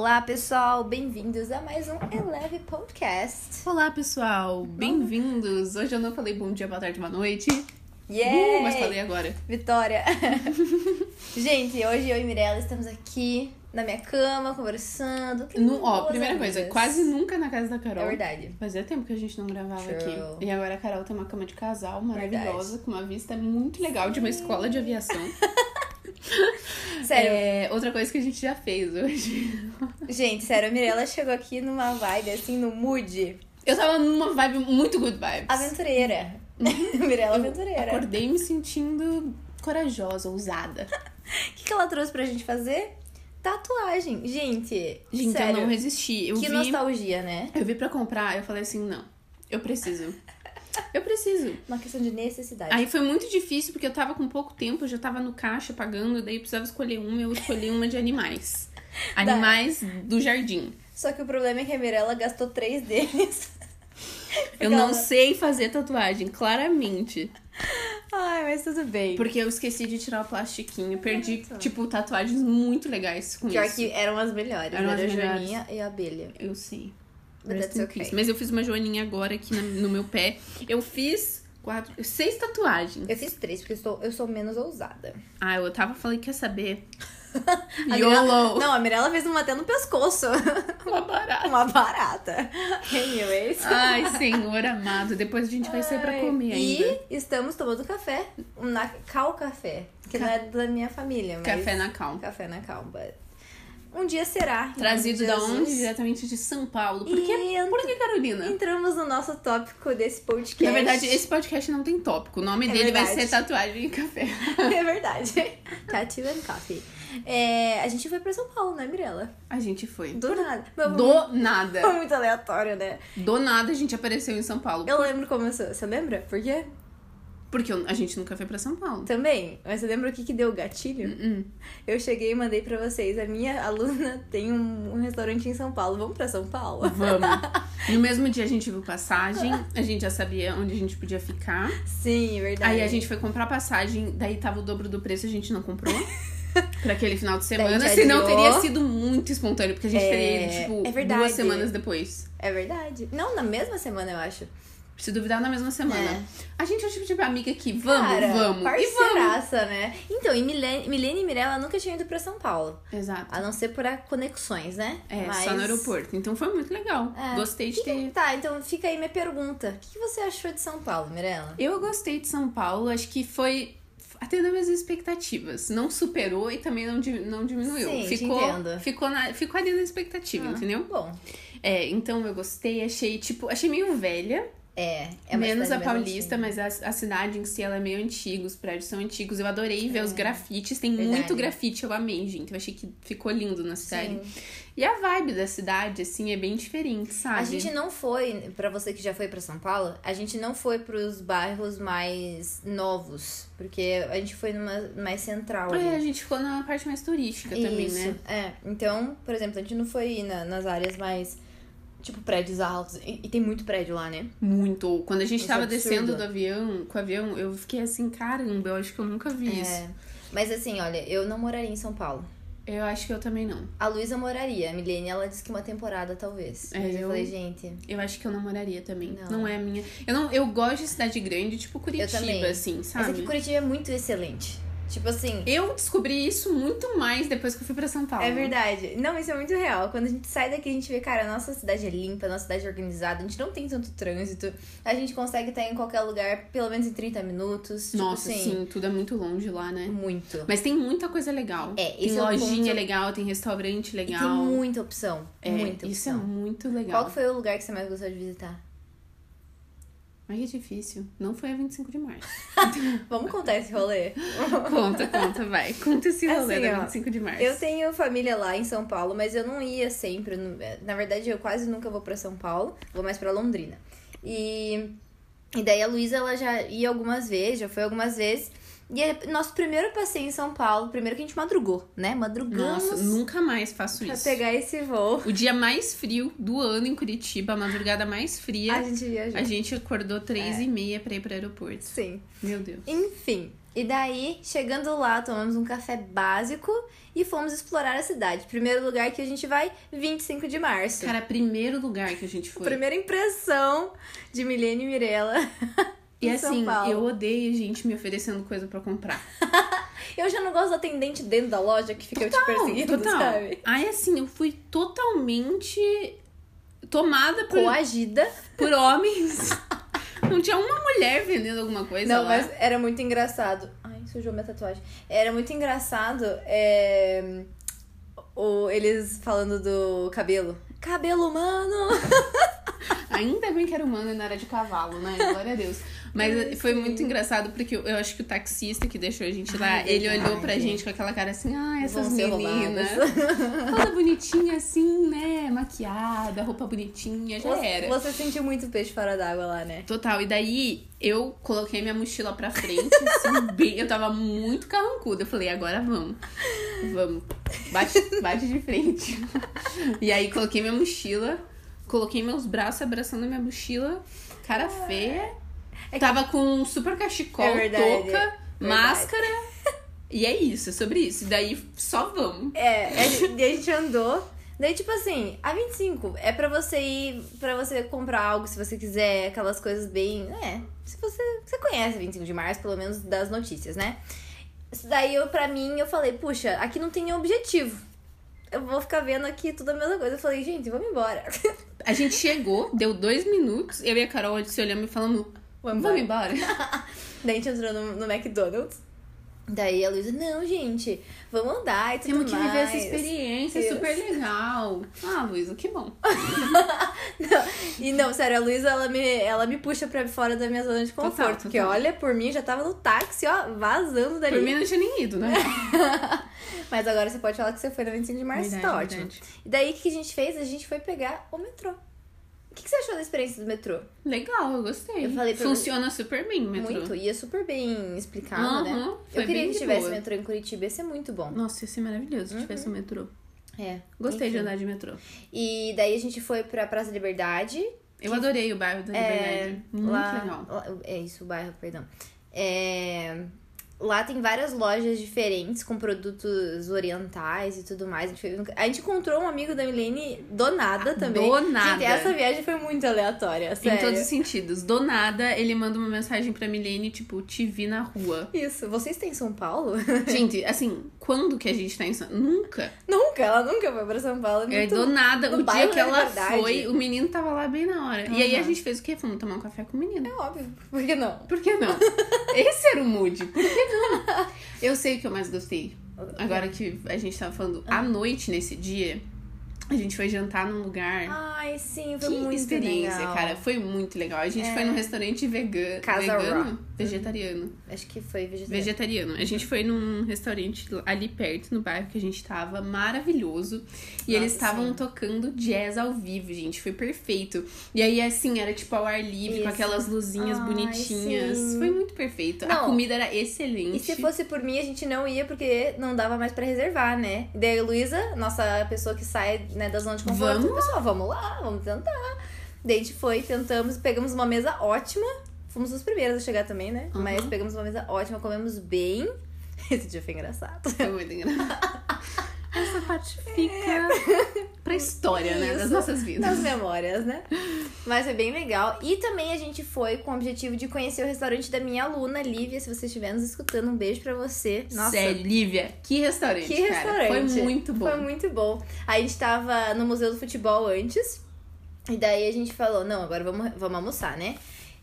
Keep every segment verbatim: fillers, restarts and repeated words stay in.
Olá, pessoal, bem-vindos a mais um Eleve Podcast. Olá, pessoal, bem-vindos. Hoje eu não falei bom dia, boa tarde, boa noite. Yeah! Uh, mas falei agora. Vitória! Gente, hoje eu e Mirella estamos aqui na minha cama, conversando. No, ó, primeira amigas. coisa, quase nunca na casa da Carol. É verdade. Fazia tempo que a gente não gravava True. aqui. E agora a Carol tem uma cama de casal maravilhosa, Verdade. com uma vista muito legal Sim. de uma escola de aviação. Sério. É, outra coisa que a gente já fez hoje. Gente, sério, a Mirella chegou aqui numa vibe, assim, no mood. Eu tava numa vibe muito good vibes. Aventureira. Mirella aventureira. Acordei me sentindo corajosa, ousada. O que, que ela trouxe pra gente fazer? Tatuagem. Gente, Gente, sério, eu não resisti. Eu que vi, nostalgia, né? Eu vi pra comprar, eu falei assim, não, eu preciso. Eu preciso. Uma questão de necessidade. Aí foi muito difícil, porque eu tava com pouco tempo, eu já tava no caixa pagando, daí eu precisava escolher uma, eu escolhi uma de animais. Animais do jardim. Só que o problema é que a Mirella gastou três deles. Eu não sei fazer tatuagem, claramente. Ai, mas tudo bem. Porque eu esqueci de tirar o plastiquinho. Perdi, tipo, tatuagens muito legais com Pior isso. que eram as melhores. Eram Era as a melhores. Joaninha e a abelha. Eu sei. But Rest that's in okay. peace. Mas eu fiz uma joaninha agora aqui na- no meu pé. Eu fiz quatro, seis tatuagens. Eu fiz três, porque eu sou, eu sou menos ousada. Ah, eu tava falei, quer saber? A YOLO! Mirella- não, a Mirella fez uma até no pescoço. Uma barata. Uma barata. Anyways. Ai, senhor amado. Depois a gente vai sair pra comer e ainda. estamos tomando café. Na Cal Café. Que Ca- não é da minha família, mas... Café na calma. Café na Cal, but... Um dia será. Trazido em da nome de onde? Jesus. Diretamente de São Paulo. Por que, E por que Carolina? Entramos no nosso tópico desse podcast. Na verdade, esse podcast não tem tópico. O nome É dele vai verdade. ser Tatuagem e Café. É verdade. Tattoo and Coffee. É, a gente foi pra São Paulo, né, Mirella? A gente foi. Do nada. Mas Do Foi nada. muito aleatório, né? Do nada a gente apareceu em São Paulo. Eu lembro como eu sou. Você lembra? Por quê? Porque eu- a gente nunca foi pra São Paulo. Também. Mas você lembra o que, que deu o gatilho? Hum. Eu cheguei e mandei pra vocês. A minha aluna tem um, um restaurante em São Paulo. Vamos pra São Paulo? Vamos. No mesmo dia a gente viu passagem. A gente já sabia onde a gente podia ficar. Sim, é verdade. Aí a gente foi comprar passagem. Daí tava o dobro do preço, a gente não comprou. Pra aquele final de semana. Daí te Senão adiou. teria sido muito espontâneo. Porque a gente É, teria ido, tipo, é verdade. duas semanas depois. É verdade. Não, na mesma semana, eu acho. Se duvidar, na mesma semana. É. A gente é o tipo de amiga que vamos, Cara, vamos. E vamos. parceiraça, né? Então, e Milene, Milene e Mirella nunca tinham ido pra São Paulo. Exato. A não ser por a conexões, né? É, Mas... só no aeroporto. Então foi muito legal. É. Gostei de Que que- ter... Tá, então fica aí minha pergunta. O que, que você achou de São Paulo, Mirella? Eu gostei de São Paulo. Acho que foi atendendo as expectativas. Não superou e também não, di- não diminuiu. Sim, te ficou, entendo. ficou, na, ficou ali na expectativa, Ah, entendeu? Bom, É, então eu gostei. Achei, tipo... Achei meio velha. é. é uma Menos a cidade mais Paulista, antiga. mas a, a cidade em si, ela é meio antiga, os prédios são antigos. Eu adorei ver os grafites, tem É. Verdade. muito grafite, eu amei, gente. Eu achei que ficou lindo na cidade. Sim. E a vibe da cidade, assim, é bem diferente, sabe? A gente não foi, pra você que já foi pra São Paulo, a gente não foi pros bairros mais novos, porque a gente foi numa mais central ali. É, a gente ficou na parte mais turística também, Isso, né? é. Então, por exemplo, a gente não foi na- nas áreas mais, tipo, prédios altos. E, e tem muito prédio lá, né? Muito. Quando a gente Isso tava é absurdo. descendo do avião, com o avião, eu fiquei assim, caramba, eu acho que eu nunca vi isso. É. Mas assim, olha, eu não moraria em São Paulo. Eu acho que eu também não. A Luísa moraria. A Milene, ela disse que uma temporada, talvez. É, Mas eu eu- falei, gente... Eu acho que eu não moraria também. Não. Não, é a minha. Eu, não, eu gosto de cidade grande, tipo Curitiba, também. assim, Mas sabe? é que Curitiba é muito excelente. Tipo assim... Eu descobri isso muito mais depois que eu fui pra São Paulo. É verdade. Não, isso é muito real. Quando a gente sai daqui, a gente vê, cara, a nossa cidade é limpa, a nossa cidade é organizada, a gente não tem tanto trânsito, a gente consegue estar em qualquer lugar pelo menos em trinta minutos. Nossa, tipo assim, sim, tudo é muito longe lá, né? muito. Mas tem muita coisa legal. É, tem esse é o lojinha ponto. legal, tem restaurante E legal. tem muita opção. É, muita isso é opção. muito Qual legal. que foi o lugar que você mais gostou de visitar? Mas que difícil. Não foi a vinte e cinco de março. Vamos contar esse rolê? Conta, conta, vai. Conta esse rolê Assim, da ó, vinte e cinco de março. Eu tenho família lá em São Paulo, mas eu não ia sempre. Na verdade, eu quase nunca vou pra São Paulo. Vou mais pra Londrina. E, e daí a Luísa, ela já ia algumas vezes, já foi algumas vezes. E é nosso primeiro passeio em São Paulo, primeiro que a gente madrugou, né? Madrugamos Nossa, nunca mais faço pra isso. pegar esse voo. O dia mais frio do ano em Curitiba, a madrugada mais fria, A gente viajou. a gente acordou três É. e meia pra ir pro aeroporto. Sim. Meu Deus. Enfim, E daí, chegando lá, tomamos um café básico e fomos explorar a cidade. Primeiro lugar que a gente vai, vinte e cinco de março. Cara, primeiro lugar que a gente foi. Primeira impressão de Milene e Mirella. E assim, eu odeio gente me oferecendo coisa pra comprar. Eu já não gosto do atendente dentro da loja que fica Total, te perseguindo, total. sabe? Aí assim, eu fui totalmente tomada por, Coagida. por homens. Não tinha uma mulher vendendo alguma coisa Não, lá. mas era muito engraçado. Ai, sujou minha tatuagem. Era muito engraçado é... o, eles falando do cabelo. Cabelo humano! Ainda bem que era humano e não era de cavalo, né? Glória a Deus. Mas Ai, foi sim. muito engraçado porque eu, eu acho que o taxista que deixou a gente lá, Ai, ele verdade. olhou pra gente com aquela cara assim, ah, essas Vão ser meninas. roubadas. Toda bonitinha assim, né? Maquiada, roupa bonitinha, já Você, era. você sentiu muito peixe fora d'água lá, né? Total. E daí eu coloquei minha mochila pra frente, assim, bem. Eu tava muito carrancuda. Eu falei, agora vamos. Vamos. Bate, bate de frente. E aí coloquei minha mochila, coloquei meus braços abraçando a minha mochila, cara feia. É que- Tava com um super cachecol, É verdade, touca, verdade. máscara. E é isso, é sobre isso. E daí só vamos. É, a gente, a gente andou. Daí, tipo assim, a vinte e cinco é pra você ir, pra você comprar algo se você quiser, aquelas coisas bem. É, se você. Você conhece vinte e cinco de março, pelo menos das notícias, né? Isso daí, eu, pra mim, eu falei, puxa, aqui não tem nenhum objetivo. Eu vou ficar vendo aqui tudo a mesma coisa. Eu falei, gente, vamos embora. A gente chegou, deu dois minutos, eu e a Carol se olhando e falando, Vamos vamos embora. Daí a gente entrou no, no McDonald's. Daí a Luísa, não, gente, vamos andar e tudo Temos que mais. viver essa experiência, é Isso. super legal. Ah, Luísa, que bom. Não, e não, sério, a Luísa, ela me, ela me puxa pra fora da minha zona de conforto. Total, Porque, total. olha, por mim, já tava no táxi, ó, vazando dali. Por mim não tinha nem ido, né? Mas agora você pode falar que você foi na vinte e cinco de março, Verdade, tá ótimo. verdade. E daí, o que a gente fez? A gente foi pegar o metrô. O que que você achou da experiência do metrô? Legal, eu gostei. Eu falei pra Funciona super bem o metrô. Muito, e é super bem explicado, né? Aham, foi Eu queria bem que de tivesse boa. metrô em Curitiba, ia ser muito bom. Nossa, ia ser maravilhoso se tivesse um metrô. É. Gostei de enfim. andar de metrô. E daí a gente foi pra Praça Liberdade. Eu adorei o bairro da Liberdade. Muito lá, legal. lá- é isso, o bairro, perdão. É, lá tem várias lojas diferentes com produtos orientais e tudo mais. A gente, foi- a gente encontrou um amigo da Milene do nada também. Do nada. Gente, essa viagem foi muito aleatória, sério. Em todos os sentidos. Do nada, ele manda uma mensagem pra Milene, tipo, te vi na rua. Isso, vocês têm São Paulo? Gente, assim, quando que a gente tá em São... Nunca. Nunca, ela nunca foi pra São Paulo. É É, muito... do nada, no o dia bairro que da ela Liberdade. foi, o menino tava lá bem na hora. E aí a Uhum. gente fez o quê? Fomos tomar um café com o menino. É óbvio, por que não? Por que não? Esse era o mood. Por que não? Eu sei o que eu mais gostei. Agora que a gente tava falando, à noite nesse dia, a gente foi jantar num lugar. Ai, sim, foi Que muito experiência, legal. cara. Foi muito legal. A gente foi num restaurante vegano. Casa vegano? Raw. Vegetariano. Acho que foi vegetariano. Vegetariano. A gente foi num restaurante ali perto, no bairro que a gente tava, maravilhoso. E eles Nossa, estavam sim. tocando jazz ao vivo, gente. Foi perfeito. E aí, assim, era tipo ao ar livre, Isso. com aquelas luzinhas Ai, bonitinhas. sim. Foi muito perfeito. A Não. comida era excelente. E se fosse por mim, a gente não ia porque não dava mais pra reservar, né? E daí a Luísa, nossa pessoa que sai, né, da zona de conforto, Vamos pessoal, vamos lá, vamos tentar. Daí a gente foi, tentamos, pegamos uma mesa ótima. Fomos os primeiros a chegar também, né? Uhum. Mas pegamos uma mesa ótima, comemos bem. Esse dia foi engraçado. Foi muito engraçado. Essa parte fica pra história, né? Das Isso. nossas vidas. Nas memórias, né? Mas foi bem legal. E também a gente foi com o objetivo de conhecer o restaurante da minha aluna, Lívia. Se você estiver nos escutando, um beijo pra você. Nossa, Sério, Lívia, que restaurante, que cara. restaurante. Foi muito bom. Foi muito bom. Aí a gente tava no Museu do Futebol antes. E daí a gente falou, não, agora vamos, vamos almoçar, né?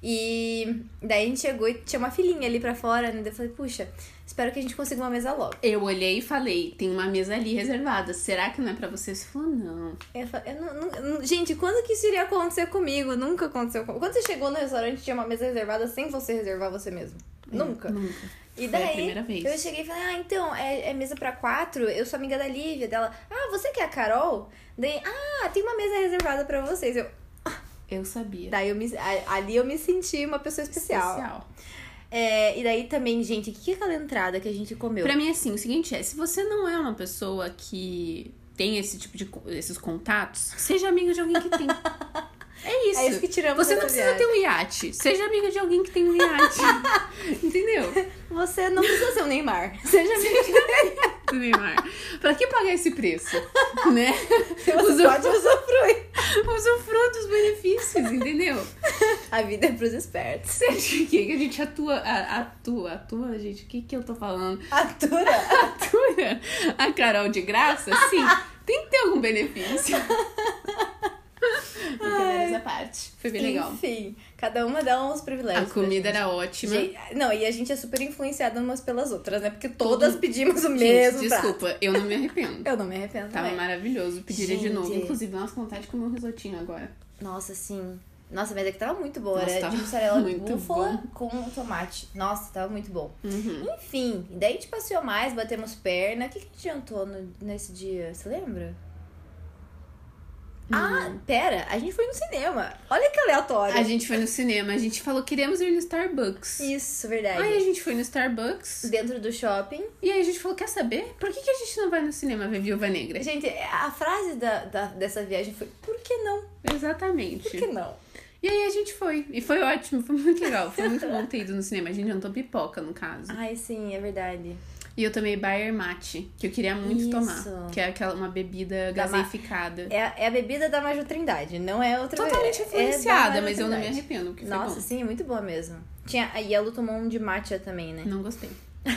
E daí a gente chegou e tinha uma filinha ali pra fora, né? Daí eu falei, puxa, espero que a gente consiga uma mesa logo. Eu olhei e falei, tem uma mesa ali reservada. Será que não é pra você? Você falou, não. Eu falei, eu não- não- gente, quando que isso iria acontecer comigo? Nunca aconteceu comigo. Quando você chegou no restaurante, tinha uma mesa reservada sem você reservar você mesmo? Nunca. Nunca. E Foi daí, a primeira vez. eu cheguei e falei, ah, então, é, é mesa pra quatro, eu sou amiga da Lívia, dela, ah, você que é a Carol? Daí, ah, tem uma mesa reservada pra vocês. Eu, Eu sabia. daí eu me, a- ali eu me senti uma pessoa especial. Especial. É, e daí também, gente, o que, que é aquela entrada que a gente comeu? Pra mim, assim, o seguinte é, se você não é uma pessoa que tem esse tipo de co- esses contatos, seja amiga de alguém que tem. É isso. É isso que tiramos Você não dessa precisa viagem. ter um iate. Seja amiga de alguém que tem um iate. Entendeu? Você não precisa ser um Neymar. Seja amiga de Do Neymar. Pra que pagar esse preço? Né? Você pode usufruir. Usufrua dos benefícios, entendeu? A vida é pros espertos. Você acha que que a gente atua, a- atua, atua, gente? O que que eu tô falando? Atura. Atura a Carol de graça? Sim, tem que ter algum benefício. Brincadeiras à parte. Foi bem legal. Enfim, cada uma dá uns A privilégios. comida pra era ótima. gente. Não, e a gente é super influenciada umas pelas outras, né? Porque todas pedimos o Gente, mesmo prato. desculpa, eu não me arrependo. Eu não me arrependo Tava também. maravilhoso, pediria de Gente. novo. Inclusive, nossa, vontade de comer um risotinho agora. Nossa, sim. Nossa, mas é que tava muito bom. Nossa, Era tava de mussarela muito búfala com tomate. Nossa, tava muito bom. Uhum. Enfim, daí a gente passeou mais, batemos perna. O que, que a gente jantou no- nesse dia? Você lembra? Ah, pera, a gente foi no cinema. Olha que aleatório. A gente foi no cinema, a gente falou, queremos ir no Starbucks. Isso, verdade. Aí a gente foi no Starbucks. Dentro do shopping. E aí a gente falou, quer saber? Por que, que a gente não vai no cinema ver Viúva Negra? Gente, a frase da, da- dessa viagem foi: por que não? Exatamente. Por que não? E aí a gente foi. E foi ótimo, foi muito legal. Foi muito bom ter ido no cinema. A gente jantou pipoca, no caso. Ai, sim, é verdade. E eu tomei Bayer Mate, que eu queria muito Isso. tomar. Que é aquela, uma bebida Da ma- gaseificada. É a, é a bebida da Maju Trindade, não é outra Totalmente é- é influenciada, da mas eu não me Trindade. arrependo, porque Nossa, foi bom. sim, é muito boa mesmo. Tinha, a Yellow tomou um de matcha também, né? Não gostei.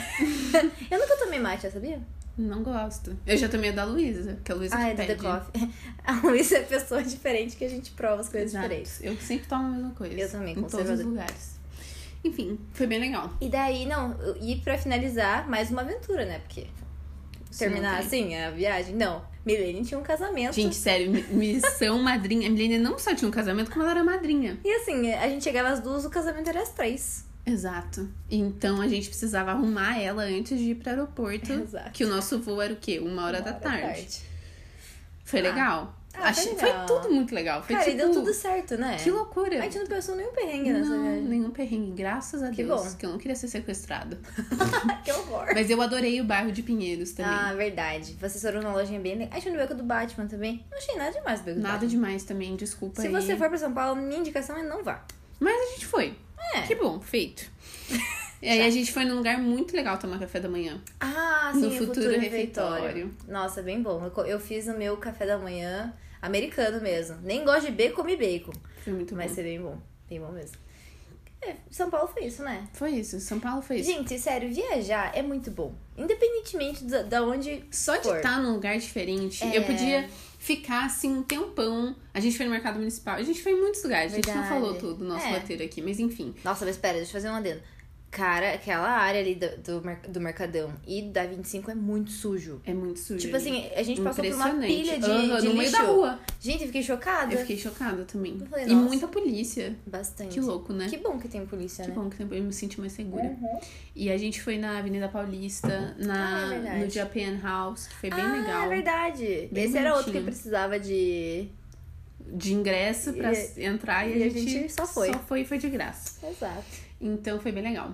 Eu nunca tomei matcha, sabia? Não gosto. Eu já tomei a da Luísa, que a Luísa Ah, que é do The pede. Coffee. A Luísa é pessoa diferente que a gente prova as coisas Exato. diferentes. Eu sempre tomo a mesma coisa. Eu também, em todos os conservador. lugares. Enfim, foi bem legal. E daí, não, e pra finalizar, mais uma aventura, né? Porque terminar não assim a viagem, não. Milene tinha um casamento. Gente, sério, mi- missão madrinha. A Milene não só tinha um casamento, como ela era madrinha. E assim, a gente chegava às duas, o casamento era às três. Exato. Então a gente precisava arrumar ela antes de ir pro aeroporto. Exato. Que o nosso voo era o quê? Uma hora, Uma da, hora tarde. Foi legal. Ah, Achei- foi foi legal. tudo muito legal. Foi Cara, tipo. e deu tudo certo, né? Que loucura. A gente não pensou nenhum perrengue nessa Não, viagem. nenhum perrengue, graças a Que Deus. bom. Que eu não queria ser sequestrada. Que horror. Mas eu adorei o bairro de Pinheiros também. Ah, verdade. Vocês foram numa lojinha bem legal. A gente foi no beco do Batman também. Não achei nada demais no beco do Nada Batman. demais também, desculpa Se aí. você for pra São Paulo, minha indicação é não vá. Mas a gente foi. É. Que bom, feito. E aí a gente foi num lugar muito legal tomar café da manhã. Ah, No sim, o Futuro Futuro Refeitório. Refeitório. Nossa, bem bom. Eu, co- eu fiz o meu café da manhã americano mesmo. Nem gosto de bacon, comi bacon. Foi muito Mas bom. ser bem bom. Bem bom mesmo. É, São Paulo foi isso, né? Foi isso, São Paulo foi isso. Gente, sério, viajar é muito bom. Independentemente da, da onde Só de for. estar num lugar diferente, É. eu podia ficar assim um tempão. A gente foi no mercado municipal, a gente foi em muitos lugares, a gente não Verdade. falou tudo no nosso É. roteiro aqui, mas enfim. Nossa, mas espera, deixa eu fazer um adendo. Cara, aquela área ali do, do, mer- do Mercadão e da vinte e cinco é muito sujo. É muito sujo. Tipo ali. assim, a gente passou por uma Impressionante. pilha de, Aham, de no meio lixo. da rua. Gente, eu fiquei chocada. Eu fiquei chocada também. Eu falei, e nossa. muita polícia. Bastante. Que louco, né? Que bom que tem polícia, Que né? bom que eu me senti mais segura. Uhum. E a gente foi na Avenida Paulista, na, Ah, é verdade. no Japan House, que foi bem ah, legal. é verdade. Bem Esse era outro que bonitinho. precisava de... De ingresso pra E- entrar e, e a, gente só foi. Só foi e foi de graça. Exato. Então foi bem legal.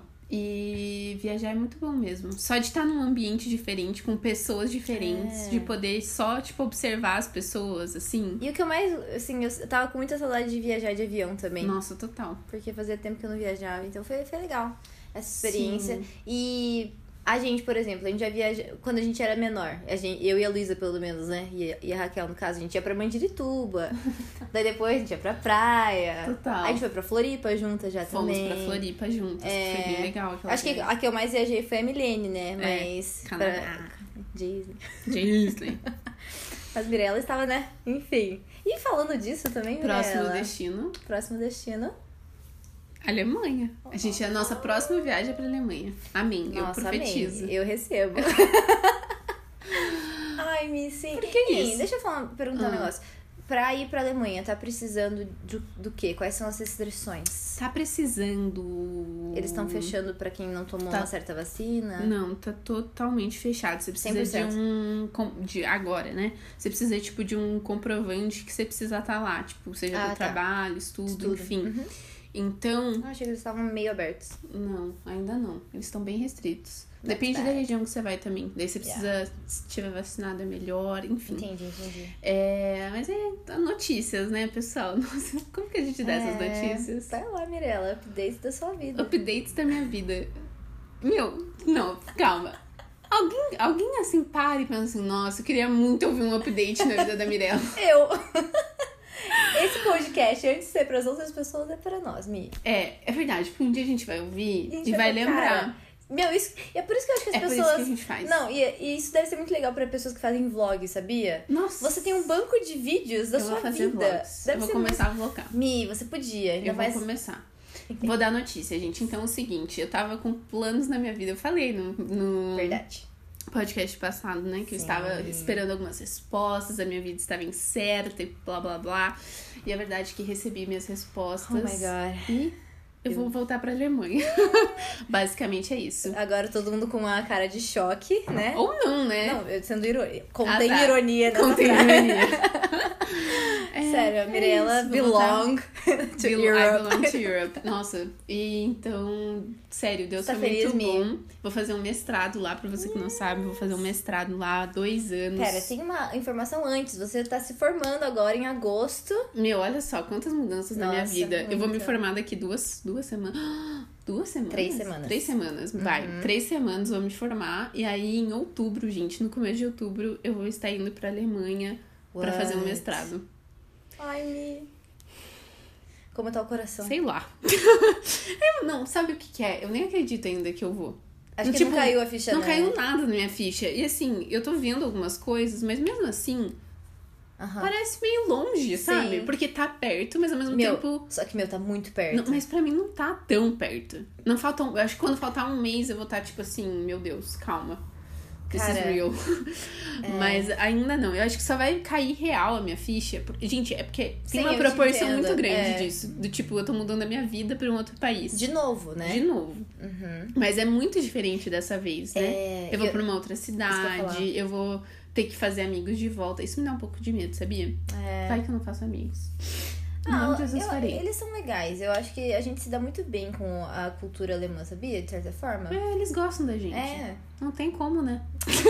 E viajar é muito bom mesmo. Só de estar num ambiente diferente, com pessoas diferentes, É. de poder só, tipo, observar as pessoas, assim. E o que eu mais, assim, eu tava com muita saudade de viajar de avião também. Nossa, total. Porque fazia tempo que eu não viajava, então foi, foi legal essa experiência. Sim. E a gente, por exemplo, a gente já viaja quando a gente era menor. A gente, eu e a Luísa, pelo menos, né? E, a- e a Raquel, no caso, a gente ia pra Mandirituba. Daí depois a gente ia pra praia. Total. A gente foi pra Floripa juntas já Fomos também. pra Floripa juntas, É. foi bem legal aquela Acho que viagem. a que eu mais viajei foi a Milene, né? Mas. É, Canadá. pra- Disney. Disney. Mas Mirella estava, né? Enfim. E falando disso também, Próximo Mirella, destino, Próximo destino. Alemanha. A gente, a nossa próxima viagem é pra Alemanha. Amém, Nossa, eu profetizo. amém. Eu recebo. Ai, Missy. Por que Hein, isso? Deixa eu falar, perguntar Ah. um negócio. Pra ir pra Alemanha, tá precisando do, do quê? Quais são as restrições? Tá precisando... Eles estão fechando pra quem não tomou Tá. uma certa vacina? Não, tá totalmente fechado. Você precisa cem por cento. de um... com- De, agora, né? Você precisa, tipo, de um comprovante que você precisa estar lá. Tipo, seja Ah, do tá. trabalho, estudo, Estudo. enfim. Uhum. Então, Eu achei que eles estavam meio abertos. não, ainda não. Eles estão bem restritos. Depende da região que você vai também. Daí você precisa, yeah. se tiver vacinado é melhor, enfim. Entendi, entendi. É, mas é notícias, né, pessoal? Nossa, como que a gente dá é, essas notícias? Vai lá, Mirella, updates da sua vida. Updates da minha vida. Meu, não, calma. Alguém, alguém assim para e pensa assim, nossa, eu queria muito ouvir um update na vida da Mirella. Eu. Esse podcast, antes de ser para as outras pessoas, é para nós, Mi. É, é verdade, porque um dia a gente vai ouvir gente e vai, vai lembrar. Cara, meu, isso, e é por isso que eu acho que as é pessoas... É por isso que a gente faz. Não, e, e isso deve ser muito legal para pessoas que fazem vlog, sabia? Nossa. Você tem um banco de vídeos da eu sua vou fazer vida. Vlogs. Deve eu vou ser começar muito... a vlogar. Mi, você podia. Ainda eu mais... vou começar. Vou dar notícia, gente. Então é o seguinte, eu tava com planos na minha vida. Eu falei no... no... Verdade. podcast passado, né? Que Sim. eu estava esperando algumas respostas, a minha vida estava incerta e blá blá blá. E a verdade é que recebi minhas respostas. Oh my God. E eu, eu... vou voltar pra Alemanha. Basicamente é isso. Agora todo mundo com uma cara de choque, né? Ou não, né? Não, eu sendo ironia. Contém ah, tá. ironia nessa Contém frase. ironia. É, Sério, a Mirella é belong to Bel- Europe. I belong to Europe. Nossa, e então, sério, Deus tá foi feliz, muito bom. Mi? Vou fazer um mestrado lá, pra você que não sabe, vou fazer um mestrado lá há dois anos. Pera, tem uma informação antes. Você tá se formando agora em agosto. Meu, olha só, quantas mudanças Nossa, na minha vida. muito. Eu vou me formar daqui duas, duas semanas. Duas semanas? Três semanas. Três semanas, vai. Uhum. Três semanas vou me formar. E aí, em outubro, gente, no começo de outubro, eu vou estar indo pra Alemanha What? pra fazer um mestrado. Ai, Mi. Como tá o coração? Sei lá. eu, não, sabe o que que é? Eu nem acredito ainda que eu vou. Acho tipo, que não caiu a ficha, Não né? caiu nada na minha ficha. E assim, eu tô vendo algumas coisas, mas mesmo assim... Uhum. Parece meio longe, Sim. sabe? Porque tá perto, mas ao mesmo meu, tempo... Só que, meu, tá muito perto. Não, mas pra mim não tá tão perto. Não falta um, eu acho que quando faltar um mês eu vou estar tipo assim, meu Deus, calma. This Cara, is real. É... Mas ainda não. Eu acho que só vai cair real a minha ficha. Gente, é porque tem Sim, uma eu proporção te entendo. muito grande É. disso. Do tipo, eu tô mudando a minha vida pra um outro país. De novo, né? De novo. Uhum. Mas é muito diferente dessa vez, né? É... Eu vou eu... pra uma outra cidade, eu vou ter que fazer amigos de volta. Isso me dá um pouco de medo, sabia? É... Vai que eu não faço amigos. Não, não, Jesus eu, farei. Eles são legais. Eu acho que a gente se dá muito bem com a cultura alemã, sabia? De certa forma. É, eles gostam da gente. É. Não tem como, né?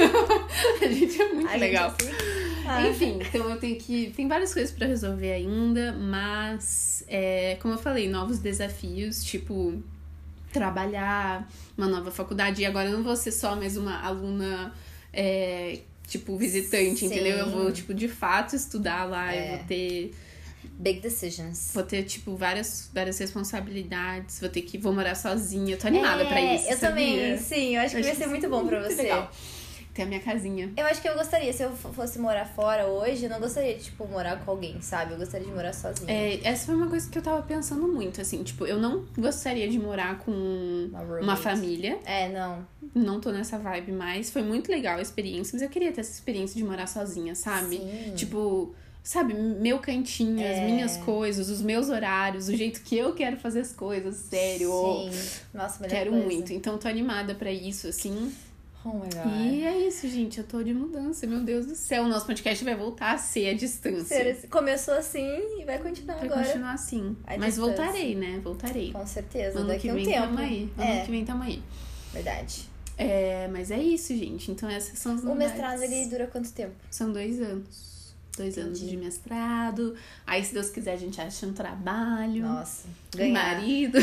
a gente é muito a legal. Gente assim... ah. Enfim, então eu tenho que... Tem várias coisas pra resolver ainda, mas... É, como eu falei, novos desafios, tipo... Trabalhar, uma nova faculdade. E agora eu não vou ser só mais uma aluna... É, tipo, visitante, Sim. entendeu? Eu vou, tipo, de fato estudar lá. É. Eu vou ter... Big decisions. Vou ter, tipo, várias, várias responsabilidades. Vou ter que... Vou morar sozinha. Eu tô animada é, pra isso, eu sabia? também, sim. Eu acho que Eu vai acho ser que muito bom pra muito você. legal. Ter a minha casinha. Eu acho que eu gostaria, se eu fosse morar fora hoje, eu não gostaria de, tipo, morar com alguém, sabe? Eu gostaria de morar sozinha. É, essa foi uma coisa que eu tava pensando muito, assim. Tipo, eu não gostaria de morar com uma, uma família. É, não. Não tô nessa vibe mais. Foi muito legal a experiência, mas eu queria ter essa experiência de morar sozinha, sabe? Sim. Tipo... Sabe, meu cantinho, É. as minhas coisas, os meus horários, o jeito que eu quero fazer as coisas, sério. Sim. Nossa, melhor Quero coisa. muito. Então, tô animada pra isso, assim. Oh my God. E é isso, gente. Eu tô de mudança. Meu Deus do céu. O nosso podcast vai voltar a ser a distância. Começou assim e vai continuar vai agora. Vai continuar assim. A Mas distância. voltarei, né? Voltarei. Com certeza. Ano Daqui que a um vem tempo. tamo aí. Ano É. que vem tamo aí. Verdade. É, mas é isso, gente. Então essas são as O novidades. mestrado, ele dura quanto tempo? São dois anos. Dois Entendi. anos de mestrado. Aí, se Deus quiser, a gente acha um trabalho. Nossa. Um Ganhar. marido.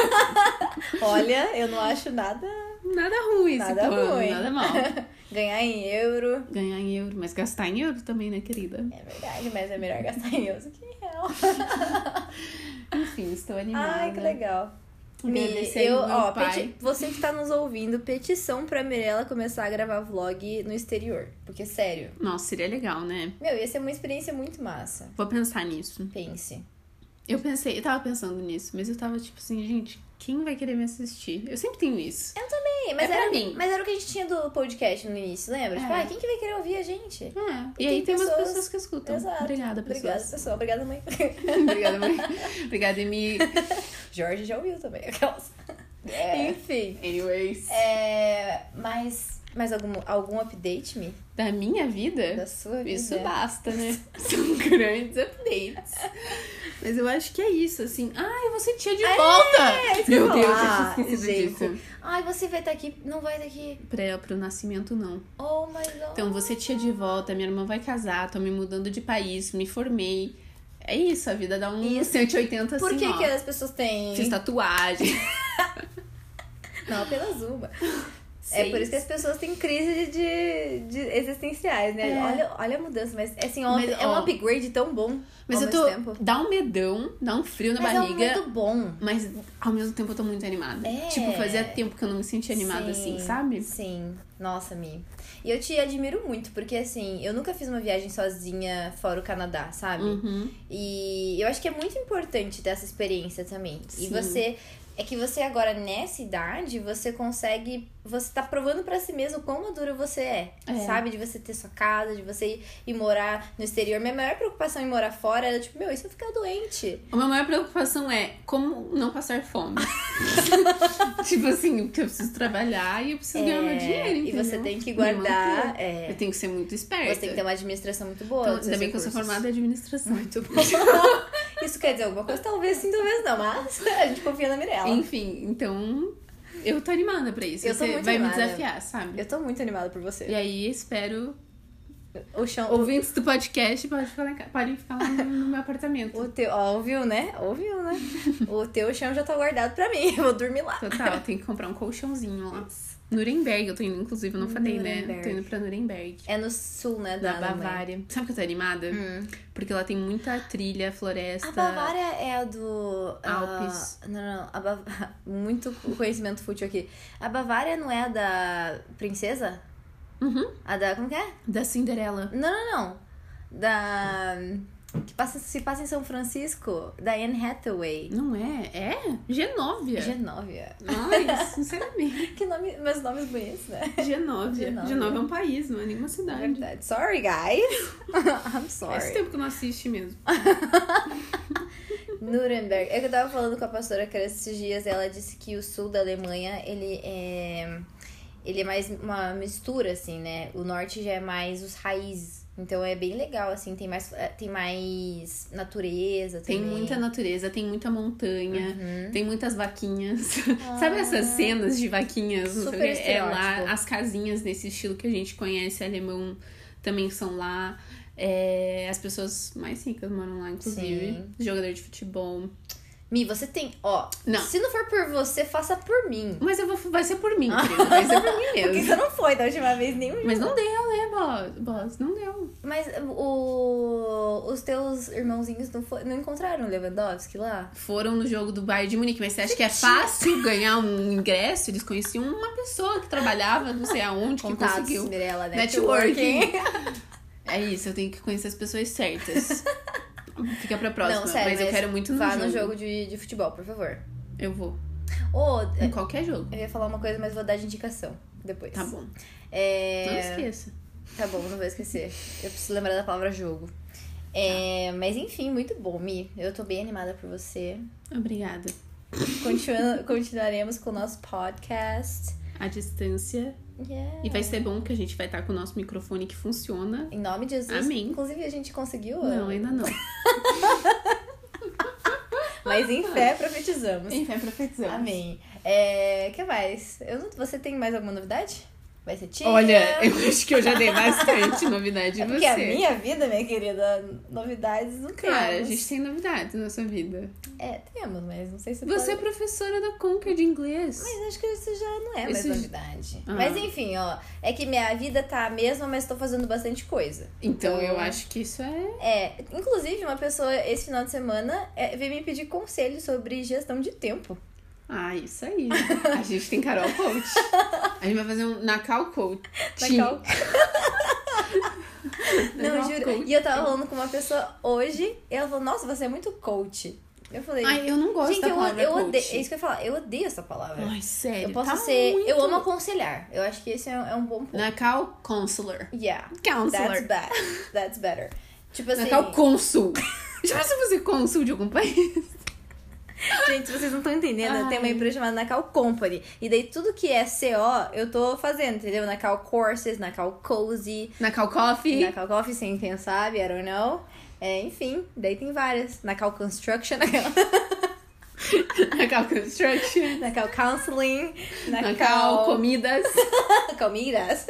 Olha, eu não acho nada... Nada ruim Nada esse plano. ruim. Nada mal. Ganhar em euro. Ganhar em euro. Mas gastar em euro também, né, querida? É verdade, mas é melhor gastar em euro do que em real. Enfim, estou animada. Ai, que legal. Mi, Agradecer eu, ao meu ó, pai. peti- você que tá nos ouvindo, petição pra Mirella começar a gravar vlog no exterior. Porque, sério, Nossa, seria legal, né? meu, ia ser uma experiência muito massa. Vou pensar nisso. Pense. Eu pensei, eu tava pensando nisso, mas eu tava tipo assim, gente, quem vai querer me assistir? Eu sempre tenho isso. Eu também, mas, É pra era, mim. mas era o que a gente tinha do podcast no início, lembra? É. Tipo, ai, quem que vai querer ouvir a gente? É. E E, aí tem tem umas pessoas- pessoas que escutam. Exato. Obrigada, pessoas. Obrigada, pessoal. Obrigada, mãe. Obrigada, mãe. Obrigada, Emi. Jorge já ouviu também. Aquelas. Enfim. Anyways. É, mas, mas algum, algum update, Mi? Da minha vida? Da sua vida? Isso basta, né? São grandes updates. Mas eu acho que é isso, assim. Ai, eu vou ser tia de É, volta! isso que eu Meu ia Deus, falar, eu tinha esquecido gente. disso. Ai, você vai estar aqui, não vai estar aqui. Pra, pro nascimento, não. Oh my God. Então, vou ser tia de volta, minha irmã vai casar, tô me mudando de país, me formei. É isso, a vida dá um Isso. cento e oitenta assim, Por que ó. que as pessoas têm... Fiz tatuagem. Não, apenas uma. Seis. É por isso que as pessoas têm crise de, de existenciais, né? É. Olha, olha a mudança, mas assim, ó, Mas, é um ó, upgrade tão bom Mas ao eu tô... mesmo tempo. Dá um medão, dá um frio na Mas barriga. é muito bom. Mas ao mesmo tempo eu tô muito animada. É. Tipo, fazia tempo que eu não me sentia animada Sim, assim, sabe? Sim. Nossa, Mi. E eu te admiro muito, porque assim, eu nunca fiz uma viagem sozinha fora o Canadá, sabe? Uhum. E eu acho que é muito importante ter essa experiência também. Sim. E você... É que você agora, nessa idade, você consegue... Você tá provando pra si mesmo quão madura você é, É. sabe? De você ter sua casa, de você ir, ir morar no exterior. Minha maior preocupação em morar fora era tipo, meu, e se eu ficar doente? A minha maior preocupação é como não passar fome. Tipo assim, porque eu preciso trabalhar e eu preciso ganhar meu dinheiro, E entendeu? você tem que Me guardar... manter. É, Eu tenho que ser muito esperta. você tem que ter uma administração muito boa. Então, dos ainda seus bem que eu sou recursos. formada em administração. Muito bom. Isso quer dizer alguma coisa? Talvez sim, talvez não. Mas a gente confia na Mirella. Enfim, então eu tô animada pra isso. Eu tô Você muito vai animada. me desafiar, sabe? Eu tô muito animada por você. E aí, espero... O chão... Ouvintes do podcast podem ficar, em ca- podem ficar lá no, no meu apartamento. O teu... Ó, ouviu, né? Ouviu, né? O teu chão já tá guardado pra mim. Eu vou dormir lá. Total, tem que comprar um colchãozinho lá. Nuremberg, eu tô indo, inclusive, eu não falei, né? Nuremberg. Tô indo pra Nuremberg. É no sul, né? Da Da Alemanha. Bavária. Sabe que eu tô animada? Hum. Porque lá tem muita trilha, floresta. A Bavária é a do... Alpes. ah, não, não, não. A Bav... Muito conhecimento fútil aqui. A Bavária não é a da princesa? Uhum. A da... Como que é? Da Cinderela. Não, não, não. Da... Que passa, se passa em São Francisco. Da Anne Hathaway. Não é? É? Genóvia. Genóvia. Ai, sinceramente. Que nome... Meus nomes bonitos, né? Genóvia. Genóvia. Genóvia é um país, não é nenhuma cidade. Verdade. Sorry, guys. I'm sorry. Faz tempo que eu não assisti mesmo. Nuremberg. É que eu tava falando com a pastora Cresce esses dias, ela disse que o sul da Alemanha, ele é... Ele é mais uma mistura, assim, né? O norte já é mais os raízes. Então é bem legal, assim, tem mais, tem mais natureza Tem também. muita natureza, tem muita montanha, Uhum. tem muitas vaquinhas. Sabe essas cenas de vaquinhas? Não sei o Super quê? É lá, estereótipo. as casinhas nesse estilo que a gente conhece, alemão, também são lá. É, as pessoas mais ricas moram lá, inclusive. Sim. Jogador de futebol. Mi, você tem... Ó, Não. se não for por você, faça por mim. Mas eu vou, vai ser por mim, querida. Vai ser por mim Porque mesmo. você não foi da última vez nenhum Mas jogo. não deu, né, boss? boss? Não deu. Mas o... os teus irmãozinhos não, foi... não encontraram o Lewandowski lá? Foram no jogo do Bayern de Munique, mas você acha que é fácil ganhar um ingresso? Eles conheciam uma pessoa que trabalhava não sei aonde, que Contatos, conseguiu. Mirella, Networking. networking. É isso, eu tenho que conhecer as pessoas certas. Fica pra próxima, Não, sério, mas eu quero muito no vá jogo. no jogo de, de futebol, por favor. Eu vou. Ô, Em qualquer jogo. eu ia falar uma coisa, mas vou dar de indicação depois. Tá bom. É... Não esqueça. Tá bom, não vou esquecer. Eu preciso lembrar da palavra jogo. É... Mas enfim, muito bom, Mi. Eu tô bem animada por você. Obrigada. Continua... Continuaremos com o nosso podcast. A distância. Yeah. E vai ser bom que a gente vai estar com o nosso microfone que funciona. Em nome de Jesus. Amém. Inclusive, a gente conseguiu. Não, ainda não. Mas em fé profetizamos. Enfim, profetizamos. Amém. É... O que mais? Eu não... Você tem mais alguma novidade? Vai ser tia? Olha, eu acho que eu já dei bastante novidade de É você. porque a minha vida, minha querida, novidades não Cara, temos. a gente tem novidades na sua vida. É, temos, mas não sei se Você é pode... professora da Conquer de inglês. Mas acho que isso já não é mais Esse- novidade. Ah. Mas enfim, ó. É que minha vida tá a mesma, mas tô fazendo bastante coisa. Então eu acho que isso é... É, inclusive uma pessoa esse final de semana é, veio me pedir conselho sobre gestão de tempo. Ah, isso aí. A gente tem Carol Coach. A gente vai fazer um Nacal Coach. Nacal. Não, Nacal juro. Coach. E eu tava falando com uma pessoa hoje e ela falou, nossa, você é muito coach. Eu falei, Ai, eu não gosto gente, da eu, palavra eu coach. odeio. É isso que eu ia falar, eu odeio essa palavra. Ai, sério. eu posso tá ser. muito... Eu amo aconselhar. Eu acho que esse é, é um bom ponto. Nacal Counselor. Yeah. Counselor. That's bad. That's better. Tipo assim. Nacal Consul. Já pensou você consul de algum país? Gente, se vocês não estão entendendo, Ai. tem uma empresa chamada Nacal Company. E daí tudo que é C O, eu tô fazendo, entendeu? Nacal Courses, Nacal Cozy, Nacal Coffee. Nacal Coffee, sem quem sabe, I don't know. É, enfim, daí tem várias. Nacal Construction, Nacal Construction. Nacal Counseling, Nacal Nacal... Comidas. Comidas.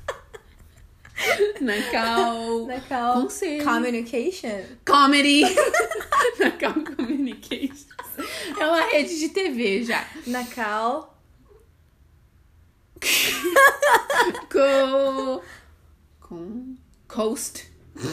Nacal Nacal Conselho. Communication. Comedy. Nacal Communications. É uma rede de T V já. Nacal... Co... Com... Coast.